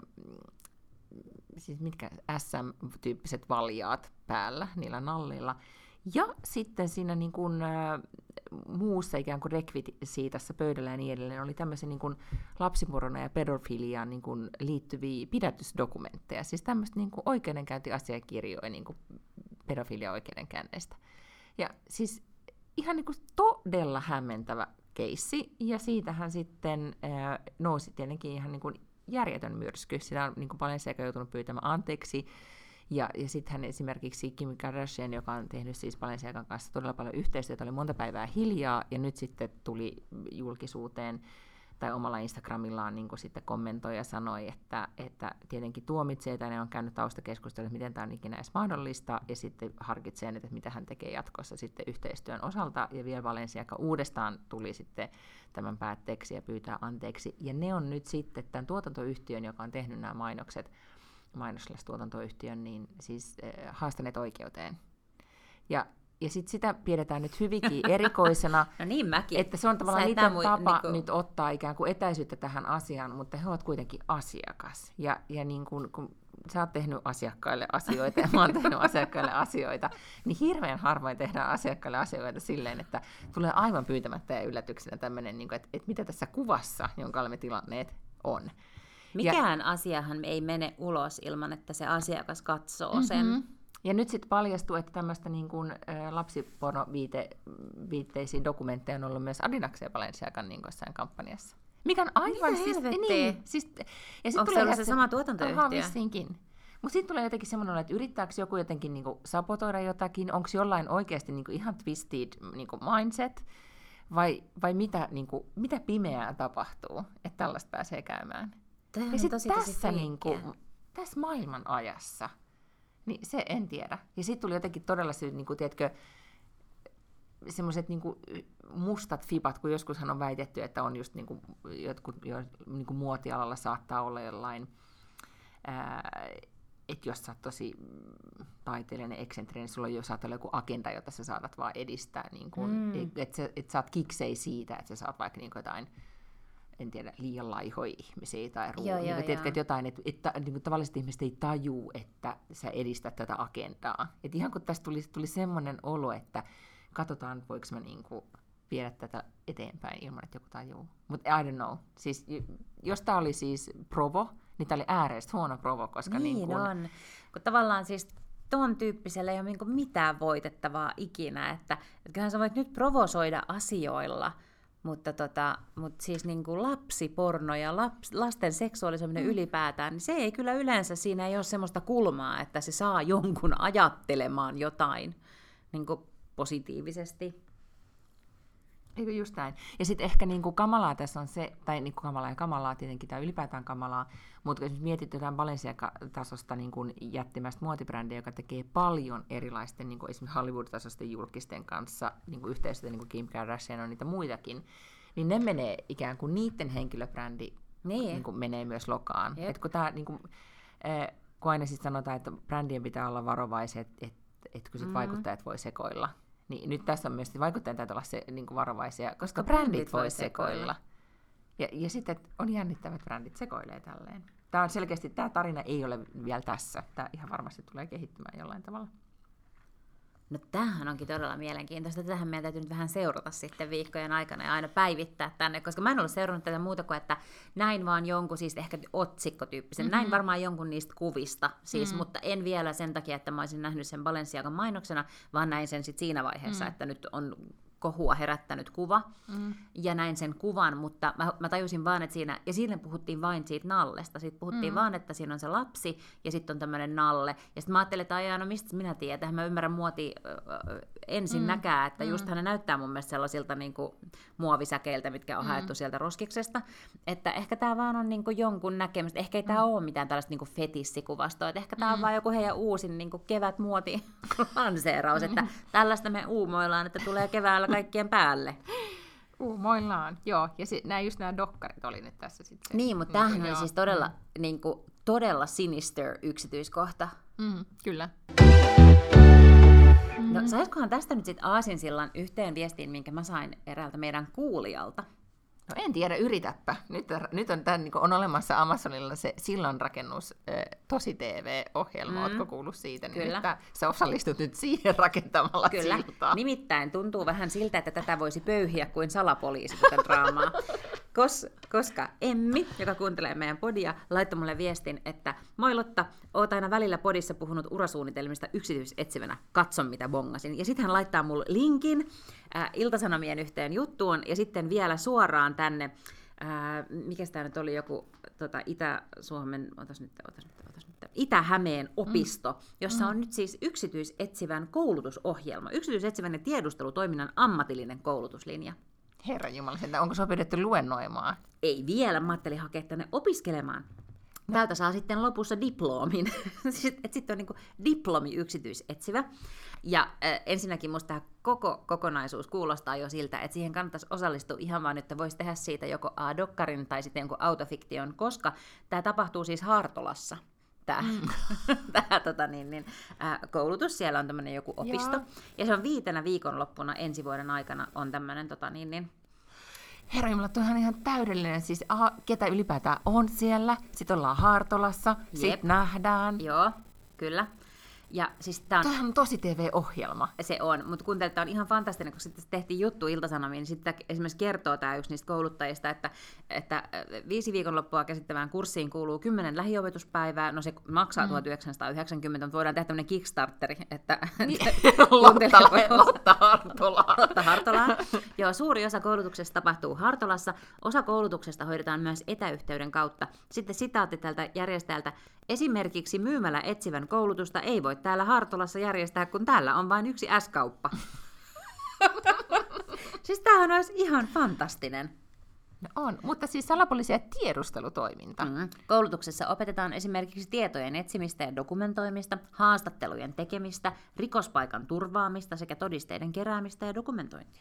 [SPEAKER 1] siis mitkä S M-tyyppiset valjaat päällä niillä nallilla. Ja sitten siinä niin kuin, äh, muussa ikään kuin rekvisiitassa pöydällä ja niin edelleen oli tämmöisiä niin kuin lapsimurrona ja pedofiliaan niin kuin liittyviä pidätysdokumentteja, siis tämmöistä niin kuin oikeudenkäyntiasiakirjoja niin kuin pedofilia-oikeudenkäänneistä. Ja siis ihan niin kuin todella hämmentävä keissi, ja siitähän sitten äh, nousi tietenkin ihan niin kuin järjetön myrsky. Sitä on niin kuin Balenciaga joutunut pyytämään anteeksi. Ja, ja sitten hän esimerkiksi Kim Kardashian, joka on tehnyt siis Balenciagan kanssa todella paljon yhteistyötä, oli monta päivää hiljaa, ja nyt sitten tuli julkisuuteen, tai omalla Instagramillaan niin sitten kommentoi ja sanoi, että, että tietenkin tuomitsee, tai ne on käynyt taustakeskustelua, miten tämä on ikinä edes mahdollista, ja sitten harkitsee, että mitä hän tekee jatkossa sitten yhteistyön osalta, ja vielä Balenciaga uudestaan tuli sitten tämän päätteeksi ja pyytää anteeksi, ja ne on nyt sitten tämän tuotantoyhtiön, joka on tehnyt nämä mainokset, mainoslastuotantoyhtiön, niin siis äh, haastaneet oikeuteen. Ja, ja sitten sitä pidetään nyt hyvinkin erikoisena.
[SPEAKER 2] No niin mäkin.
[SPEAKER 1] Että se on tavallaan
[SPEAKER 2] Sä
[SPEAKER 1] niiden
[SPEAKER 2] mui,
[SPEAKER 1] tapa
[SPEAKER 2] niinku...
[SPEAKER 1] nyt ottaa ikään kuin etäisyyttä tähän asiaan, mutta he ovat kuitenkin asiakas. Ja, ja niin kun, kun sä oot tehnyt asiakkaille asioita ja mä oon tehnyt asiakkaille asioita, niin hirveän harvoin tehdään asiakkaille asioita silleen, että tulee aivan pyytämättä ja yllätyksenä tämmöinen, niin että, että mitä tässä kuvassa, jonka olemme tilanneet, on.
[SPEAKER 2] Mikään ja, asiahan ei mene ulos ilman, että se asiakas katsoo mm-hmm. sen.
[SPEAKER 1] Ja nyt sitten paljastuu, että tämmöistä niin kuin, ä, lapsipornoviitteisiä dokumentteja on ollut myös Adidaksen ja Balenciagan niin jossain kampanjassa. Mikä on aivan
[SPEAKER 2] Mitä
[SPEAKER 1] siis...
[SPEAKER 2] Niin,
[SPEAKER 1] siis
[SPEAKER 2] onko se ollut se sama tuotantoyhtiö?
[SPEAKER 1] Aha, vissiinkin. Mutta sitten tulee jotenkin semmoinen, että yrittääkö joku jotenkin niin kuin sabotoida jotakin, onko jollain oikeasti niin kuin ihan twisted niin kuin mindset, vai, vai mitä, niin kuin, mitä pimeää tapahtuu, että tällaista pääsee käymään.
[SPEAKER 2] Tämä
[SPEAKER 1] ja sitten
[SPEAKER 2] tosi,
[SPEAKER 1] tässä,
[SPEAKER 2] tosi
[SPEAKER 1] niin kuin, tässä maailman ajassa, niin se en tiedä. Ja sitten tuli jotenkin todella se, niin kuin, tiedätkö, semmoiset niin kuin mustat fipat, kun joskushan on väitetty, että on just niin kuin, jotkut jo, niin kuin muotialalla saattaa olla jollain, ää, että jos sä oot tosi taiteellinen, eksentrinen, niin sulla on jo saattaa olla joku agenda, jota sä saatat vaan edistää, niin kuin, mm. että et sä, et sä oot kiksei siitä, että sä saat vaikka niin kuin jotain, en tiedä, liian laihoja ihmisiä tai ruoaa. Niin, tiedätkö, että jotain, että, että niin tavalliset ihmiset ei tajuu, että sä edistät tätä agendaa. Että ihan kun tästä tuli, tuli semmoinen olo, että katsotaan, voiko mä niinku viedä tätä eteenpäin ilman, että joku tajuu. Mutta I don't know. Siis, jos tämä oli siis provo, niin tämä oli ääreistä huono provo, koska
[SPEAKER 2] niin
[SPEAKER 1] niin kun...
[SPEAKER 2] on. Kun tavallaan siis ton tyyppiselle ei ole niinku mitään voitettavaa ikinä, että, että kyllähän sä voit nyt provosoida asioilla, mutta, tota, mutta siis niinku lapsiporno ja laps, lasten seksuaalisuuden mm. ylipäätään, niin se ei kyllä yleensä, siinä ei ole semmoista kulmaa, että se saa jonkun ajattelemaan jotain niinku positiivisesti.
[SPEAKER 1] Eikö just näin. Ja sitten ehkä niinku kamalaa tässä on se, tai niinku kamalaa ja kamalaa tietenkin, tai ylipäätään kamalaa, mutta jos mietit jotain Balenciaga-tasosta niinku jättimäistä muotibrändiä, joka tekee paljon erilaisten, niinku esimerkiksi Hollywood-tasoisten julkisten kanssa niinku yhteistyötä, niin kuin Kim Kardashian on niitä muitakin, niin ne menee ikään kuin niiden henkilöbrändi niin. Niinku menee myös lokaan. Et kun, tää, niinku, äh, kun aina sitten sanotaan, että brändien pitää olla varovaisia, että et, et kun sit mm. vaikuttajat voi sekoilla, niin nyt tässä on myös, että vaikuttajien täytyy olla se, niin kuin varovaisia, koska, koska brändit, brändit voi sekoilla. sekoilla. Ja, ja sitten on jännittävät brändit sekoilee tälleen. Tämä on selkeästi, tämä tarina ei ole vielä tässä. Tämä ihan varmasti tulee kehittymään jollain tavalla.
[SPEAKER 2] No tämähän onkin todella mielenkiintoista. Tähän meidän täytyy nyt vähän seurata sitten viikkojen aikana ja aina päivittää tänne, koska mä en ole seurannut tätä muuta kuin, että näin vaan jonkun, siis ehkä otsikkotyyppisen, mm-hmm. näin varmaan jonkun niistä kuvista, siis, mm-hmm. mutta en vielä sen takia, että mä olisin nähnyt sen Balenciagan mainoksena, vaan näin sen sitten siinä vaiheessa, mm-hmm. että nyt on kohua herättänyt kuva, mm. ja näin sen kuvan, mutta mä, mä tajusin vaan, että siinä, ja siinä puhuttiin vain siitä nallesta, siitä puhuttiin mm. vaan, että siinä on se lapsi, ja sitten on tämmöinen nalle, ja sitten mä ajattelin, että aijaa, no mistä minä tiedän, mä ymmärrän muoti äh, ensin mm. näkää, että mm. just hän näyttää mun mielestä sellaisilta niin kuin muovisäkeiltä, mitkä on mm. haettu sieltä roskiksesta, että ehkä tää vaan on niin kuin jonkun näkemistä, ehkä ei tää mm. ole mitään tällaista niin kuin fetissikuvastoa, että ehkä tää on mm. vaan joku heidän uusin niin kuin kevätmuoti lanseeraus, mm. että tällaista me uumoillaan, että tulee keväällä kaikkien päälle.
[SPEAKER 1] Uumoillaan, joo. Ja si- nämä, just nämä dokkarit oli nyt tässä sitten.
[SPEAKER 2] Niin, mutta tämähän oli siis todella, mm. niin kuin, todella sinister yksityiskohta.
[SPEAKER 1] Mm, kyllä.
[SPEAKER 2] No, saisikohan tästä nyt sitten aasinsillan yhteen viestiin, minkä mä sain eräältä meidän kuulijalta?
[SPEAKER 1] No en tiedä, yritäpä. Nyt, nyt on, tämän, niin on olemassa Amazonilla se sillanrakennus tosi T V-ohjelma. Mm. Ootko kuullut siitä? Niin
[SPEAKER 2] Kyllä.
[SPEAKER 1] Nyt sä osallistut nyt siihen rakentamalla
[SPEAKER 2] Kyllä.
[SPEAKER 1] siltaa.
[SPEAKER 2] Nimittäin tuntuu vähän siltä, että tätä voisi pöyhiä kuin salapoliisi tätä draamaa. Kos, koska Emmi, joka kuuntelee meidän podia, laittoi mulle viestin, että moi Lotta, oot aina välillä podissa puhunut urasuunnitelmista yksityisetsivänä, katso mitä bongasin. Ja sitten hän laittaa mulle linkin äh, Ilta-Sanomien yhteen juttuun ja sitten vielä suoraan tänne, äh, mikä tämä nyt oli, joku tota, Itä-Suomen, otas nyt, otas nyt, otas nyt, Itä-Hämeen opisto, mm. jossa mm. on nyt siis yksityisetsivän koulutusohjelma, yksityisetsivän ja tiedustelutoiminnan ammatillinen koulutuslinja.
[SPEAKER 1] Herranjumala, onko se pidetty luennoimaan?
[SPEAKER 2] Ei vielä, mä ajattelin hakea tänne opiskelemaan. No. Täältä saa sitten lopussa diplomin. Sitten on niin kuin diplomi yksityisetsivä. Ja äh, ensinnäkin musta tämä koko kokonaisuus kuulostaa jo siltä, että siihen kannattaisi osallistua ihan vaan, että voisi tehdä siitä joko A-dokkarin tai sitten jonkun autofiktion, koska tämä tapahtuu siis Hartolassa. tämä mm. tää, tota, niin, niin, äh, koulutus. Siellä on tämmöinen joku opisto. Joo. Ja se on viitenä viikonloppuna ensi vuoden aikana on tämmöinen... Tota, niin, niin,
[SPEAKER 1] Herra Jumala, tuo on ihan täydellinen. Siis aha, ketä ylipäätään on siellä. Sitten ollaan Hartolassa. Sitten nähdään.
[SPEAKER 2] Joo, kyllä. Ja siis tää on...
[SPEAKER 1] Tuohan on tosi T V-ohjelma.
[SPEAKER 2] Se on, mutta kun tämä on ihan fantastinen, kun sitten tehtiin juttu Ilta-Sanomiin, niin sitten esimerkiksi kertoo tämä yksi niistä kouluttajista, että, että viisi viikonloppua käsittävään kurssiin kuuluu kymmenen lähiopetuspäivää, no se maksaa mm. tuhatyhdeksänsataayhdeksänkymmentä, mutta voidaan tehdä tämmöinen Kickstarteri, että...
[SPEAKER 1] Lotta Hartolaa.
[SPEAKER 2] Lotta Hartolaa. Joo, suuri osa koulutuksesta tapahtuu Hartolassa, osa koulutuksesta hoidetaan myös etäyhteyden kautta. Sitten sitaatti tältä järjestäjältä, esimerkiksi myymällä etsivän koulutusta ei voi täällä Hartolassa järjestää, kun täällä on vain yksi S-kauppa. Siis tämähän olisi ihan fantastinen.
[SPEAKER 1] No on, mutta siis salapoliisi ja tiedustelutoiminta.
[SPEAKER 2] Mm. Koulutuksessa opetetaan esimerkiksi tietojen etsimistä ja dokumentoimista, haastattelujen tekemistä, rikospaikan turvaamista sekä todisteiden keräämistä ja dokumentointia.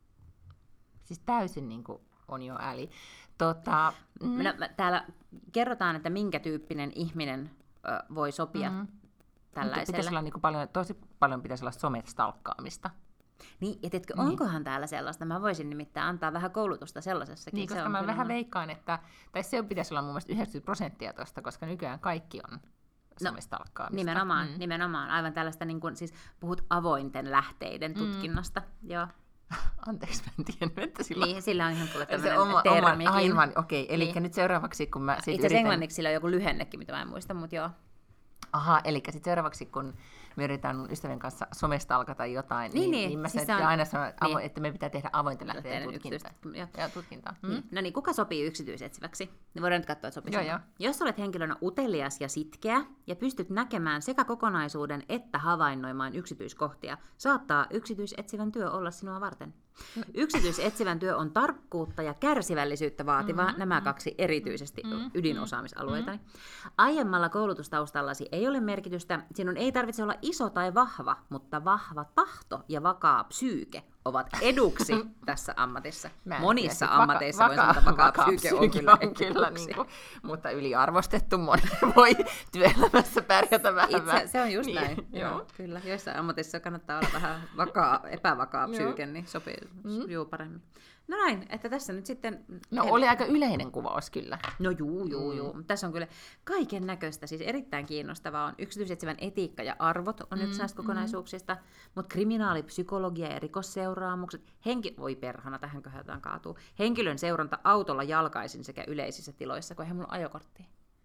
[SPEAKER 1] Siis täysin niin kuin on jo äli. Tota,
[SPEAKER 2] mm. no, täällä kerrotaan, että minkä tyyppinen ihminen ö, voi sopia mm. tällaiselle.
[SPEAKER 1] Pitäisi olla niin kuin paljon, tosi paljon pitäisi olla somestalkkaamista.
[SPEAKER 2] Niin, ja tiedätkö, niin. onkohan täällä sellaista? Mä voisin nimittäin antaa vähän koulutusta sellaisessakin.
[SPEAKER 1] Niin, koska
[SPEAKER 2] se
[SPEAKER 1] mä vähän veikkaan, että, tai se pitäisi olla mun mielestä yhdeksänkymmentä prosenttia tuosta, koska nykyään kaikki on somestalkkaamista.
[SPEAKER 2] No, nimenomaan, mm. nimenomaan. Aivan tällaista, niin kun, siis puhut avointen lähteiden tutkinnasta. Mm. Joo.
[SPEAKER 1] Anteeksi, mä en tiennyt, että sillä
[SPEAKER 2] niin, sillä on ihan kuule
[SPEAKER 1] tämmöinen oma, termikin. Aivan, okei. Okay. Eli niin. Nyt seuraavaksi, kun mä
[SPEAKER 2] Itse asiassa yritän... englanniksi sillä on joku lyhennekin, mitä mä en muista, mutta joo.
[SPEAKER 1] Aha, eli sitten seuraavaksi, kun me yritetään mun ystävän kanssa somestalkata jotain, niin, niin, niin mä siis on... aina sanon, että, niin. että me pitää tehdä avointen lähteiden tutkintaa. Ja tutkintaa.
[SPEAKER 2] Mm. Mm. No niin, kuka sopii yksityisetsiväksi? Me voidaan nyt katsoa, että sopii.
[SPEAKER 1] Joo, joo.
[SPEAKER 2] Jos olet henkilönä utelias ja sitkeä ja pystyt näkemään sekä kokonaisuuden että havainnoimaan yksityiskohtia, saattaa yksityisetsivän työ olla sinua varten. Yksityisetsivän työ on tarkkuutta ja kärsivällisyyttä vaativa, mm-hmm. nämä kaksi erityisesti mm-hmm. ydinosaamisalueitani. Mm-hmm. Aiemmalla koulutustaustallasi ei ole merkitystä, sinun ei tarvitse olla iso tai vahva, mutta vahva tahto ja vakaa psyyke ovat eduksi tässä ammatissa. Monissa tiedä, ammateissa vaka, voi sanoa, että vakaa, vakaa psyyke on kyllä, on kyllä niin kuin,
[SPEAKER 1] mutta yliarvostettu moni voi työelämässä pärjätä vähän.
[SPEAKER 2] Itse, se on just niin, näin, joo. Joo, kyllä. Joissain ammateissa kannattaa olla vähän vakaa, epävakaa psyyke, niin sopii mm. juu paremmin. No näin, että tässä nyt sitten...
[SPEAKER 1] No he... oli aika yleinen kuvaus kyllä.
[SPEAKER 2] No juu, juu, juu. Mm. Tässä on kyllä kaiken näköistä, siis erittäin kiinnostavaa on yksityisetsivän etiikka ja arvot on mm, yksi näistä mm. kokonaisuuksista, mutta kriminaalipsykologia ja rikosseuraamukset, henki... Voi perhana, tähän köhätään kaatuu. Henkilön seuranta autolla jalkaisin sekä yleisissä tiloissa, kun eihän mulla ajokorttia.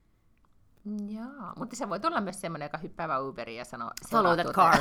[SPEAKER 1] Jaa, mutta se voi olla myös semmoinen, joka hyppäävä Uberiin ja sanoo...
[SPEAKER 2] Follow that car.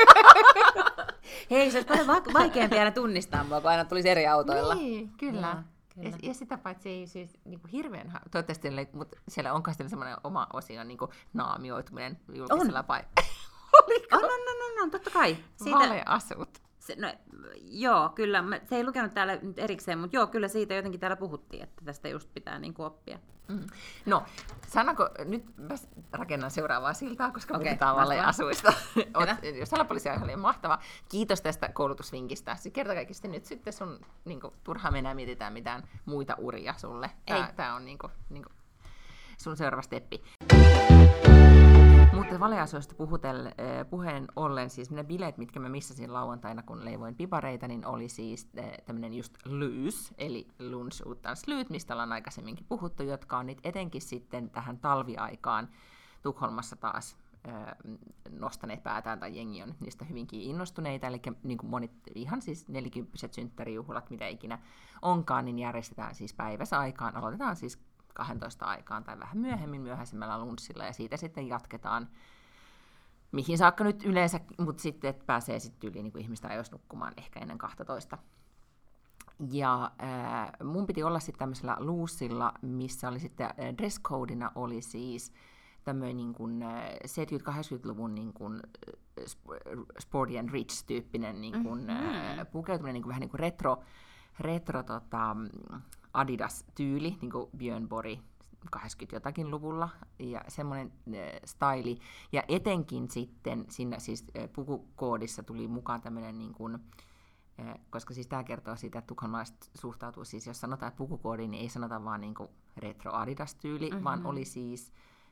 [SPEAKER 2] Hei, se olisi paljon vaikeampi aina tunnistaa mua, kun aina tulisi eri autoilla.
[SPEAKER 1] Niin, kyllä. Ja, kyllä. Ja, ja sitä paitsi ei siis niin kuin hirveän... Toivottavasti mutta siellä onkaan sitten semmoinen oma osio niin kuin naamioituminen julkisella paikalla.
[SPEAKER 2] On, on, on, on, on, totta kai.
[SPEAKER 1] Siitä... Valeasut.
[SPEAKER 2] Se, no, joo, kyllä. Mä, se ei lukenut täällä nyt erikseen, mutta joo, kyllä siitä jotenkin täällä puhuttiin, että tästä just pitää niin kuin oppia.
[SPEAKER 1] Mm. No, sanonko, nyt mä rakennan seuraavaa siltaa, koska okay, puhutaan valeasuista. Salapoliisia oli mahtava. Kiitos tästä koulutusvinkistä. Sitten kertakaikkisesti nyt sitten sun niin kuin, turhaan mennään mietitään mitään muita uria sulle. Tää, tää on niin kuin, niin kuin sun seuraava steppi. Mutta valeasioista puheen ollen, siis ne bileet, mitkä mä missasin lauantaina, kun leivoin pipareita, niin oli siis tämmöinen just loose, eli lunch utan slut, mistä ollaan aikaisemminkin puhuttu, jotka on nyt etenkin sitten tähän talviaikaan Tukholmassa taas nostaneet päätään, tai jengi on niistä hyvinkin innostuneita, eli niin kuin monet ihan siis nelikymppiset synttärijuhlat, mitä ikinä onkaan, niin järjestetään siis päiväsaikaan, aloitetaan siis kaksitoista aikaan tai vähän myöhemmin myöhäisemmällä lunssilla, ja siitä sitten jatketaan mihin saakka nyt yleensä, mutta sitten että pääsee sitten yli niin kuin ihmistä ajoissa nukkumaan ehkä ennen kaksitoista. Ja äh, mun piti olla sitten tämmöisellä luussilla, missä oli sitten äh, dresscodina oli siis tämmöinen niin kuin äh, seitsemänkymmentä-kahdeksankymmentäluvun niin kuin äh, sporty and rich-tyyppinen niin kuin, mm-hmm. äh, pukeutuminen, niin kuin, vähän niin kuin retro, retro tota, Adidas-tyyli, niin kuin Björn Borg kahdeksankymmentä jotakin luvulla, ja semmoinen äh, staili. Ja etenkin sitten siinä siis äh, pukukoodissa tuli mukaan tämmöinen, niin kuin, äh, koska siis tämä kertoo siitä, että tukholmalaiset suhtautuu, siis jos sanotaan, että pukukoodi, niin ei sanota vaan niin kuin retro Adidas-tyyli, mm-hmm. vaan oli siis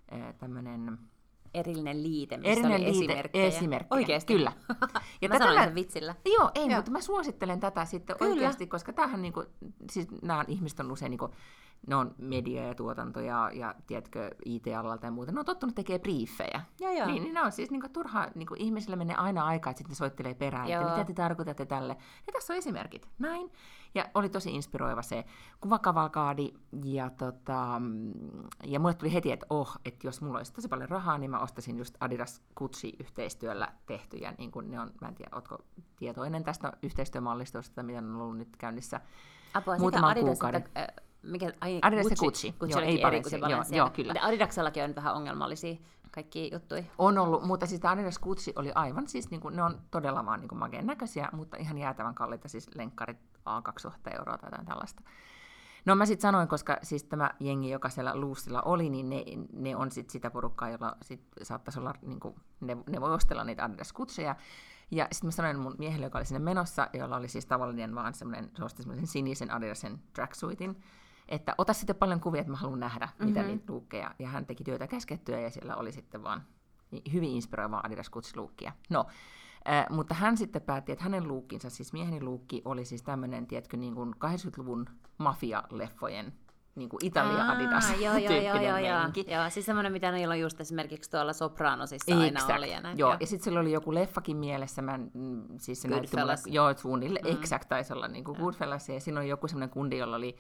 [SPEAKER 1] tämmöinen
[SPEAKER 2] erillinen liite, missä
[SPEAKER 1] erillinen
[SPEAKER 2] oli
[SPEAKER 1] liite,
[SPEAKER 2] esimerkkejä.
[SPEAKER 1] esimerkkejä.
[SPEAKER 2] Oikeasti?
[SPEAKER 1] Kyllä.
[SPEAKER 2] Ja mä sanoin sen vitsillä.
[SPEAKER 1] Joo, ei,
[SPEAKER 2] Joo.
[SPEAKER 1] mutta mä suosittelen tätä sitten
[SPEAKER 2] Kyllä.
[SPEAKER 1] oikeasti, koska tämähän niinku, siis nämä ihmiset on usein niinku, ne on media ja tuotanto ja, ja tiedätkö, I T-alalta ja muuta. Ne on tottunut tekemään briefejä.
[SPEAKER 2] Joo, joo.
[SPEAKER 1] Niin, niin ne on siis niinku turhaa, niinku ihmisille menee aina aikaa, että sitten ne soittelee perään,
[SPEAKER 2] Joo.
[SPEAKER 1] että mitä te tarkoitatte tälle. Ja tässä on esimerkit. Näin. Ja oli tosi inspiroiva se kuvakavalkaadi. Ja, tota, ja mulle tuli heti, että oh, että jos mulla olisi tosi paljon rahaa, niin mä ostaisin just Adidas Gucci-yhteistyöllä tehtyjä. Niin kuin ne on, mä en tiedä, ootko tietoinen tästä yhteistyömallistosta, mitä on ollut nyt käynnissä
[SPEAKER 2] Apua,
[SPEAKER 1] muutaman
[SPEAKER 2] Adidas,
[SPEAKER 1] kuukauden.
[SPEAKER 2] Että, äh, mikä, ai,
[SPEAKER 1] Adidas
[SPEAKER 2] Gucci.
[SPEAKER 1] ja Gucci.
[SPEAKER 2] Gucci
[SPEAKER 1] Joo, ei
[SPEAKER 2] eri kuin se
[SPEAKER 1] Balenciaga. Joo,
[SPEAKER 2] Balenciaga.
[SPEAKER 1] joo, kyllä.
[SPEAKER 2] Mutta Adidaksellakin on vähän ongelmallisia kaikkia juttuja.
[SPEAKER 1] On ollut, mutta siis Adidas Gucci oli aivan, siis niin kuin, ne on todella vaan niin kuin makeen näköisiä, mutta ihan jäätävän kalliita, siis lenkkarit a kaksituhatta euroa tai jotain tällaista. No mä sitten sanoin, koska siis tämä jengi, joka siellä Loosella oli, niin ne, ne on sitten sitä porukkaa, jolla sit saattaisi olla, niin kuin, ne, ne voi ostella niitä Adidas Gucciä. Ja sitten mä sanoin mun miehelle, joka oli sinne menossa, jolla oli siis tavallinen vaan semmoinen, se osti semmoisen sinisen Adidasen tracksuitin, että ota sitten paljon kuvia, että mä haluan nähdä, mm-hmm. mitä niitä luukkeja. Ja hän teki työtä käskettyä ja siellä oli sitten vaan hyvin inspiroivaa Adidas Gucci-luukkia. No, äh, mutta hän sitten päätti, että hänen luukkinsa, siis mieheni luukki, oli siis tämmöinen, tiedätkö, niin kuin kahdeksankymmentäluvun mafia-leffojen niin kuin Italia-Adidas-tyyppinen meininki.
[SPEAKER 2] Joo, siis semmoinen, mitä niillä on just esimerkiksi tuolla Sopranosissa aina
[SPEAKER 1] exact.
[SPEAKER 2] oli. Ja näin,
[SPEAKER 1] joo,
[SPEAKER 2] joo.
[SPEAKER 1] ja sitten sillä oli joku leffakin mielessä, mä, siis se näytti mulle, joo, suunnilleen, mm. exact taisi olla niin kuin Goodfellas, ja siinä oli joku semmoinen kundi, jolla oli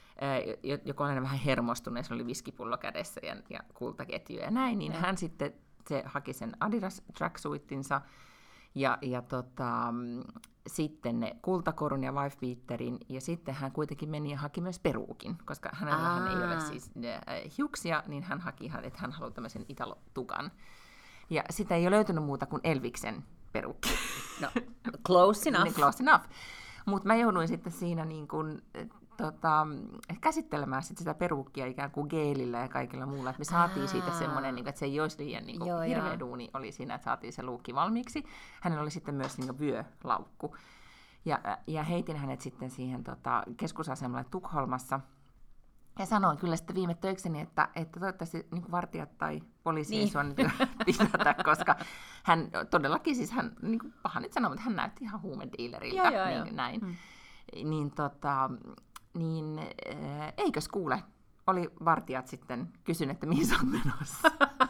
[SPEAKER 1] joku aina vähän hermostunut, se oli viskipullo kädessä ja, ja kultaketju ja näin, niin ja. hän sitten se haki sen Adidas tracksuitinsa ja, ja tota, sitten ne kultakorun ja wifebeaterin, ja sitten hän kuitenkin meni ja haki myös peruukin, koska hänellä hän ei ole siis äh, hiuksia, niin hän haki, että hän haluaa tämmöisen italotukan. Ja sitä ei ole löytynyt muuta kuin Elviksen perukki.
[SPEAKER 2] No, close enough.
[SPEAKER 1] Close enough. Mutta mä jouduin sitten siinä niin kun, tota, käsittelemään sit sitä peruukkia ikään kuin geelillä ja kaikilla muulla, että me saatiin Aa. siitä semmoinen, että se ei olisi liian niin kuin, hirveä joo. duuni oli siinä, että saatiin se luukki valmiiksi. Hänellä oli sitten myös niin kuin vyölaukku. Ja, ja heitin hänet sitten siihen tota, keskusasemalle Tukholmassa. Ja sanoin kyllä sitten viime töikseni, että, että toivottavasti niin vartijat tai poliisi niin. ei sua nyt pidätä, koska hän todellakin, siis hän, niin kuin paha nyt sanoa, mutta hän näytti ihan huumediileriltä, joo, joo, niin, joo. näin. Hmm. Niin, tota, niin äh, eikös kuule, oli vartijat sitten kysynyt, että mihin sä oot menossa.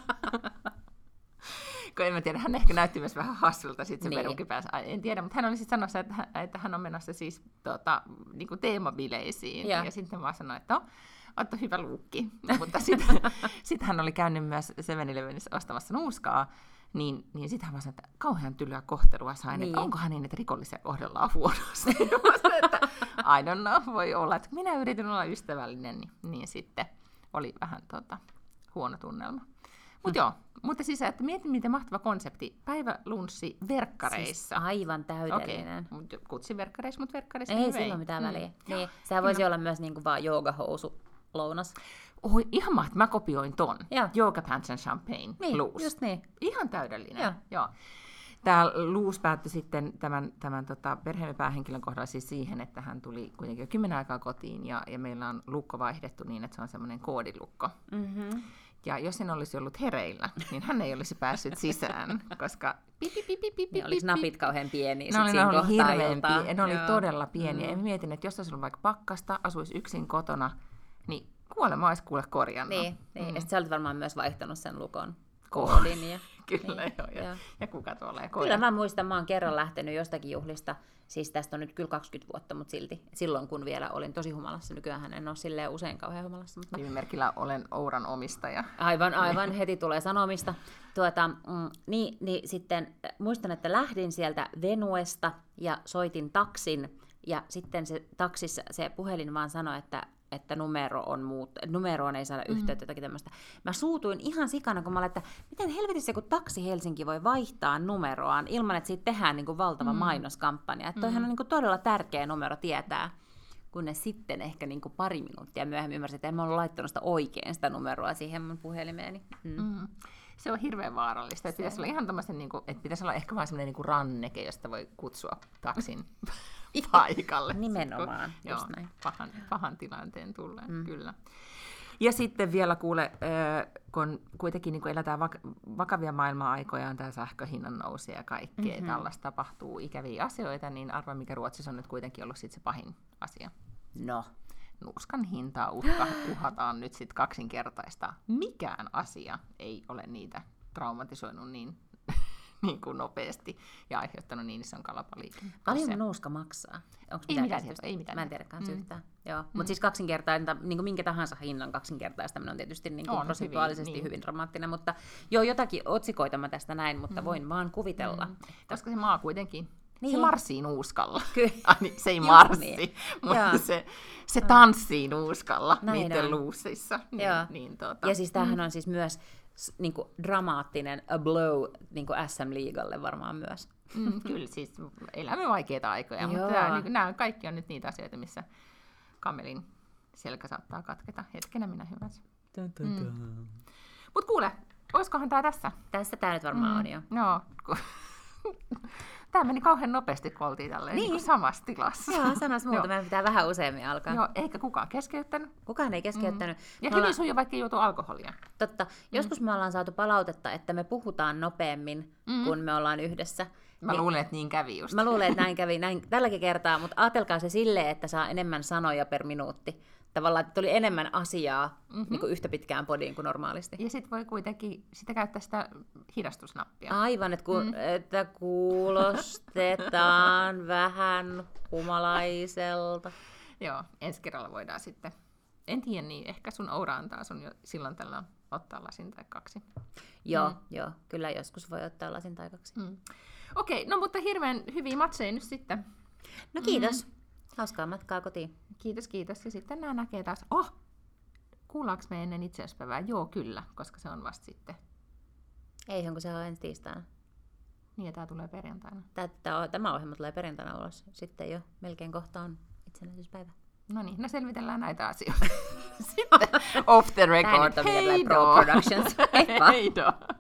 [SPEAKER 1] Kun en mä tiedä, hän ehkä näytti myös vähän hassulta sitten se niin. perukki päässä, en tiedä, mutta hän oli sitten sanossa, että hän, että hän on menossa siis tota, niin kuin teemabileisiin. Ja. ja sitten vaan sanoi, että no, otta hyvä luukki. Mutta sitten sit hän oli käynyt myös seven elevenissä ostamassa nuuskaa, niin, niin sitten hän vaan sanoi, että kauhean tylyä kohtelua sain, niin. että onkohan niin, että rikollisia kohdellaan huonosti. Että I don't know, voi olla, että minä yritin olla ystävällinen, niin, niin sitten oli vähän tota, huono tunnelma. Mutta joo, mutta siis, että mietin, miten mahtava konsepti. Päivälunssi verkkareissa.
[SPEAKER 2] Siis aivan täydellinen.
[SPEAKER 1] Okei, kutsi verkkareissa, mutta verkkareissa
[SPEAKER 2] ei sillä ole mitään mm. väliä. Niin, sehän voisi olla myös niinku vaan joogahousu lounas.
[SPEAKER 1] Oi, ihan mahtavaa. Mä kopioin ton.
[SPEAKER 2] Joo.
[SPEAKER 1] Yoga pants and champagne
[SPEAKER 2] niin,
[SPEAKER 1] loose.
[SPEAKER 2] Just niin.
[SPEAKER 1] Ihan täydellinen. Joo. Joo. Tämä Loose päättyi sitten tämän, tämän tota, perheemme päähenkilön kohdalla siis siihen, että hän tuli kuitenkin jo kymmenen aikaa kotiin ja, ja meillä on lukko vaihdettu niin, että se on semmoinen koodilukko. Mm-hmm. Ja jos hän olisi ollut hereillä, niin hän ei olisi päässyt sisään, koska pipi, pipi, pipi,
[SPEAKER 2] ne olisi napit kauhean pieniä.
[SPEAKER 1] Ne oli, ne oli hirveän pieniä, ne oli todella pieniä. Mm. Ja mietin, että jos olisi ollut vaikka pakkasta, asuisi yksin kotona, niin kuolema olisi kuule korjannut.
[SPEAKER 2] Niin, niin. Mm. Ja sä olit varmaan myös vaihtanut sen lukon koodin. Ja,
[SPEAKER 1] kyllä,
[SPEAKER 2] niin,
[SPEAKER 1] joo. Ja, ja. ja kuka tuolla ei
[SPEAKER 2] Kyllä mä muistan, mä oon kerran lähtenyt jostakin juhlista, siis tästä on nyt kyllä kaksikymmentä vuotta, mutta silti silloin kun vielä olin tosi humalassa, nykyään en ole silleen usein kauhean humalassa. Mutta...
[SPEAKER 1] Nimimerkillä olen Ouran omistaja.
[SPEAKER 2] Aivan, aivan, heti tulee sanomista. Tuota, mm, niin, niin sitten muistan, että lähdin sieltä Venuesta ja soitin taksin, ja sitten se taksissa se puhelin vaan sanoi, että että numero on muut, numeroon ei saada yhteyttä, mm-hmm. jotakin tämmöistä. Mä suutuin ihan sikana, kun mä olin, että miten helvetissä kun Taksi Helsinki voi vaihtaa numeroaan ilman, että siitä tehdään niin kuin valtava mm-hmm. mainoskampanja. Että toihan mm-hmm. on niin kuin todella tärkeä numero tietää, kunnes sitten ehkä niin kuin pari minuuttia myöhemmin ymmärsin, että en mä ollut laittanut sitä oikein sitä numeroa siihen mun puhelimeeni. Mm.
[SPEAKER 1] Mm-hmm. Se on hirveän vaarallista. Että pitäisi olla ihan tommoisen, niin kuin, että pitäisi olla ehkä vain semmoinen niin kuin ranneke, josta voi kutsua taksin paikalle.
[SPEAKER 2] Nimenomaan,
[SPEAKER 1] just näin. Pahan, pahan tilanteen tulleen, mm. kyllä. Ja sitten vielä kuule, kun kuitenkin niin kun eletään vakavia maailman-aikoja, on tämä sähköhinnan nousu ja kaikkea, mm-hmm. tällaista tapahtuu ikäviä asioita, niin arva, mikä Ruotsissa on nyt kuitenkin ollut sit se pahin asia.
[SPEAKER 2] No.
[SPEAKER 1] Nuuskan hintaa uhka, uhataan nyt sitten kaksinkertaista. Mikään asia ei ole niitä traumatisoinut niin, niin kuin nopeasti ja aiheuttanut niin ison kalapaliikin.
[SPEAKER 2] Paljon nuuska maksaa? Onko
[SPEAKER 1] ei mitään tietoa, ei mitään.
[SPEAKER 2] Mä en tiedä kans
[SPEAKER 1] mm.
[SPEAKER 2] yhtään. Joo. Mm. Mutta siis kaksinkertaista, niin kuin minkä tahansa hinnan kaksinkertaistaminen on tietysti niin kuin on prosentuaalisesti hyvin, niin. hyvin dramaattinen. Mutta joo, jotakin otsikoita mä tästä näin, mutta mm. voin vaan kuvitella. Mm.
[SPEAKER 1] Koska se maa kuitenkin...
[SPEAKER 2] Niin.
[SPEAKER 1] Se marssii nuuskalla.
[SPEAKER 2] Kyllä.
[SPEAKER 1] Se ei marssi,
[SPEAKER 2] niin.
[SPEAKER 1] mutta se, se tanssii nuuskalla
[SPEAKER 2] Näin
[SPEAKER 1] niiden
[SPEAKER 2] on.
[SPEAKER 1] luusissa. Niin, niin, tuota.
[SPEAKER 2] Ja siis tämähän on siis myös niin kuin dramaattinen a blow niin kuin S M-liigalle varmaan myös.
[SPEAKER 1] Mm, kyllä, siis elämme vaikeita aikoja, mutta tämä, niin, nämä kaikki on nyt niitä asioita, missä kamelin selkä saattaa katketa hetkenä minä hyvänsä. Mm. Mutta kuule, olisikohan tämä tässä?
[SPEAKER 2] Tässä tämä nyt varmaan mm. on jo.
[SPEAKER 1] No, tämä meni kauhean nopeasti, kun oltiin tälleen niin. Niin samassa tilassa.
[SPEAKER 2] Joo, sanois muuta. Meidän pitää vähän useammin alkaa.
[SPEAKER 1] Joo, eikä kukaan keskeyttänyt.
[SPEAKER 2] Kukaan ei keskeyttänyt.
[SPEAKER 1] Mm. Ja
[SPEAKER 2] me
[SPEAKER 1] hyvin
[SPEAKER 2] ollaan...
[SPEAKER 1] sujuu, vaikka ei joutu alkoholia.
[SPEAKER 2] Totta. Mm. Joskus me ollaan saatu palautetta, että me puhutaan nopeammin, mm. kun me ollaan yhdessä.
[SPEAKER 1] Mä niin... luulen, että niin kävi just.
[SPEAKER 2] Mä luulen, että näin kävi näin, tälläkin kertaa, mutta ajatelkaa se silleen, että saa enemmän sanoja per minuutti. Tavallaan, että tuli enemmän asiaa mm-hmm. niin kuin yhtä pitkään podiin kuin normaalisti.
[SPEAKER 1] Ja sitten voi kuitenkin sitä käyttää sitä hidastusnappia.
[SPEAKER 2] Aivan, että, ku, mm. että kuulostetaan vähän humalaiselta.
[SPEAKER 1] Joo, ensi kerralla voidaan sitten, en tiedä niin, ehkä sun Oura antaa sun jo silloin tällä ottaa lasin tai kaksi.
[SPEAKER 2] Joo, mm. joo, kyllä joskus voi ottaa lasin tai kaksi.
[SPEAKER 1] Mm. Okei, okay, no mutta hirveän hyviä matseja nyt sitten.
[SPEAKER 2] No kiitos. Mm. Hauskaa matkaa kotiin.
[SPEAKER 1] Kiitos, kiitos. Ja sitten nämä näkee taas. Oh! Kuullaanko me ennen itsenäisyyspäivää? Joo, kyllä, koska se on vasta sitten.
[SPEAKER 2] Eihän, kun se on ensi tiistaina.
[SPEAKER 1] Niin, ja tämä tulee perjantaina.
[SPEAKER 2] Tämä, tämä ohjelma tulee perjantaina ulos. Sitten jo melkein kohta on itsenäisyyspäivä.
[SPEAKER 1] No niin, no selvitellään näitä asioita. Sitten off the record.
[SPEAKER 2] Tämä nyt on vielä Pro Productions. Heippa!
[SPEAKER 1] Heido!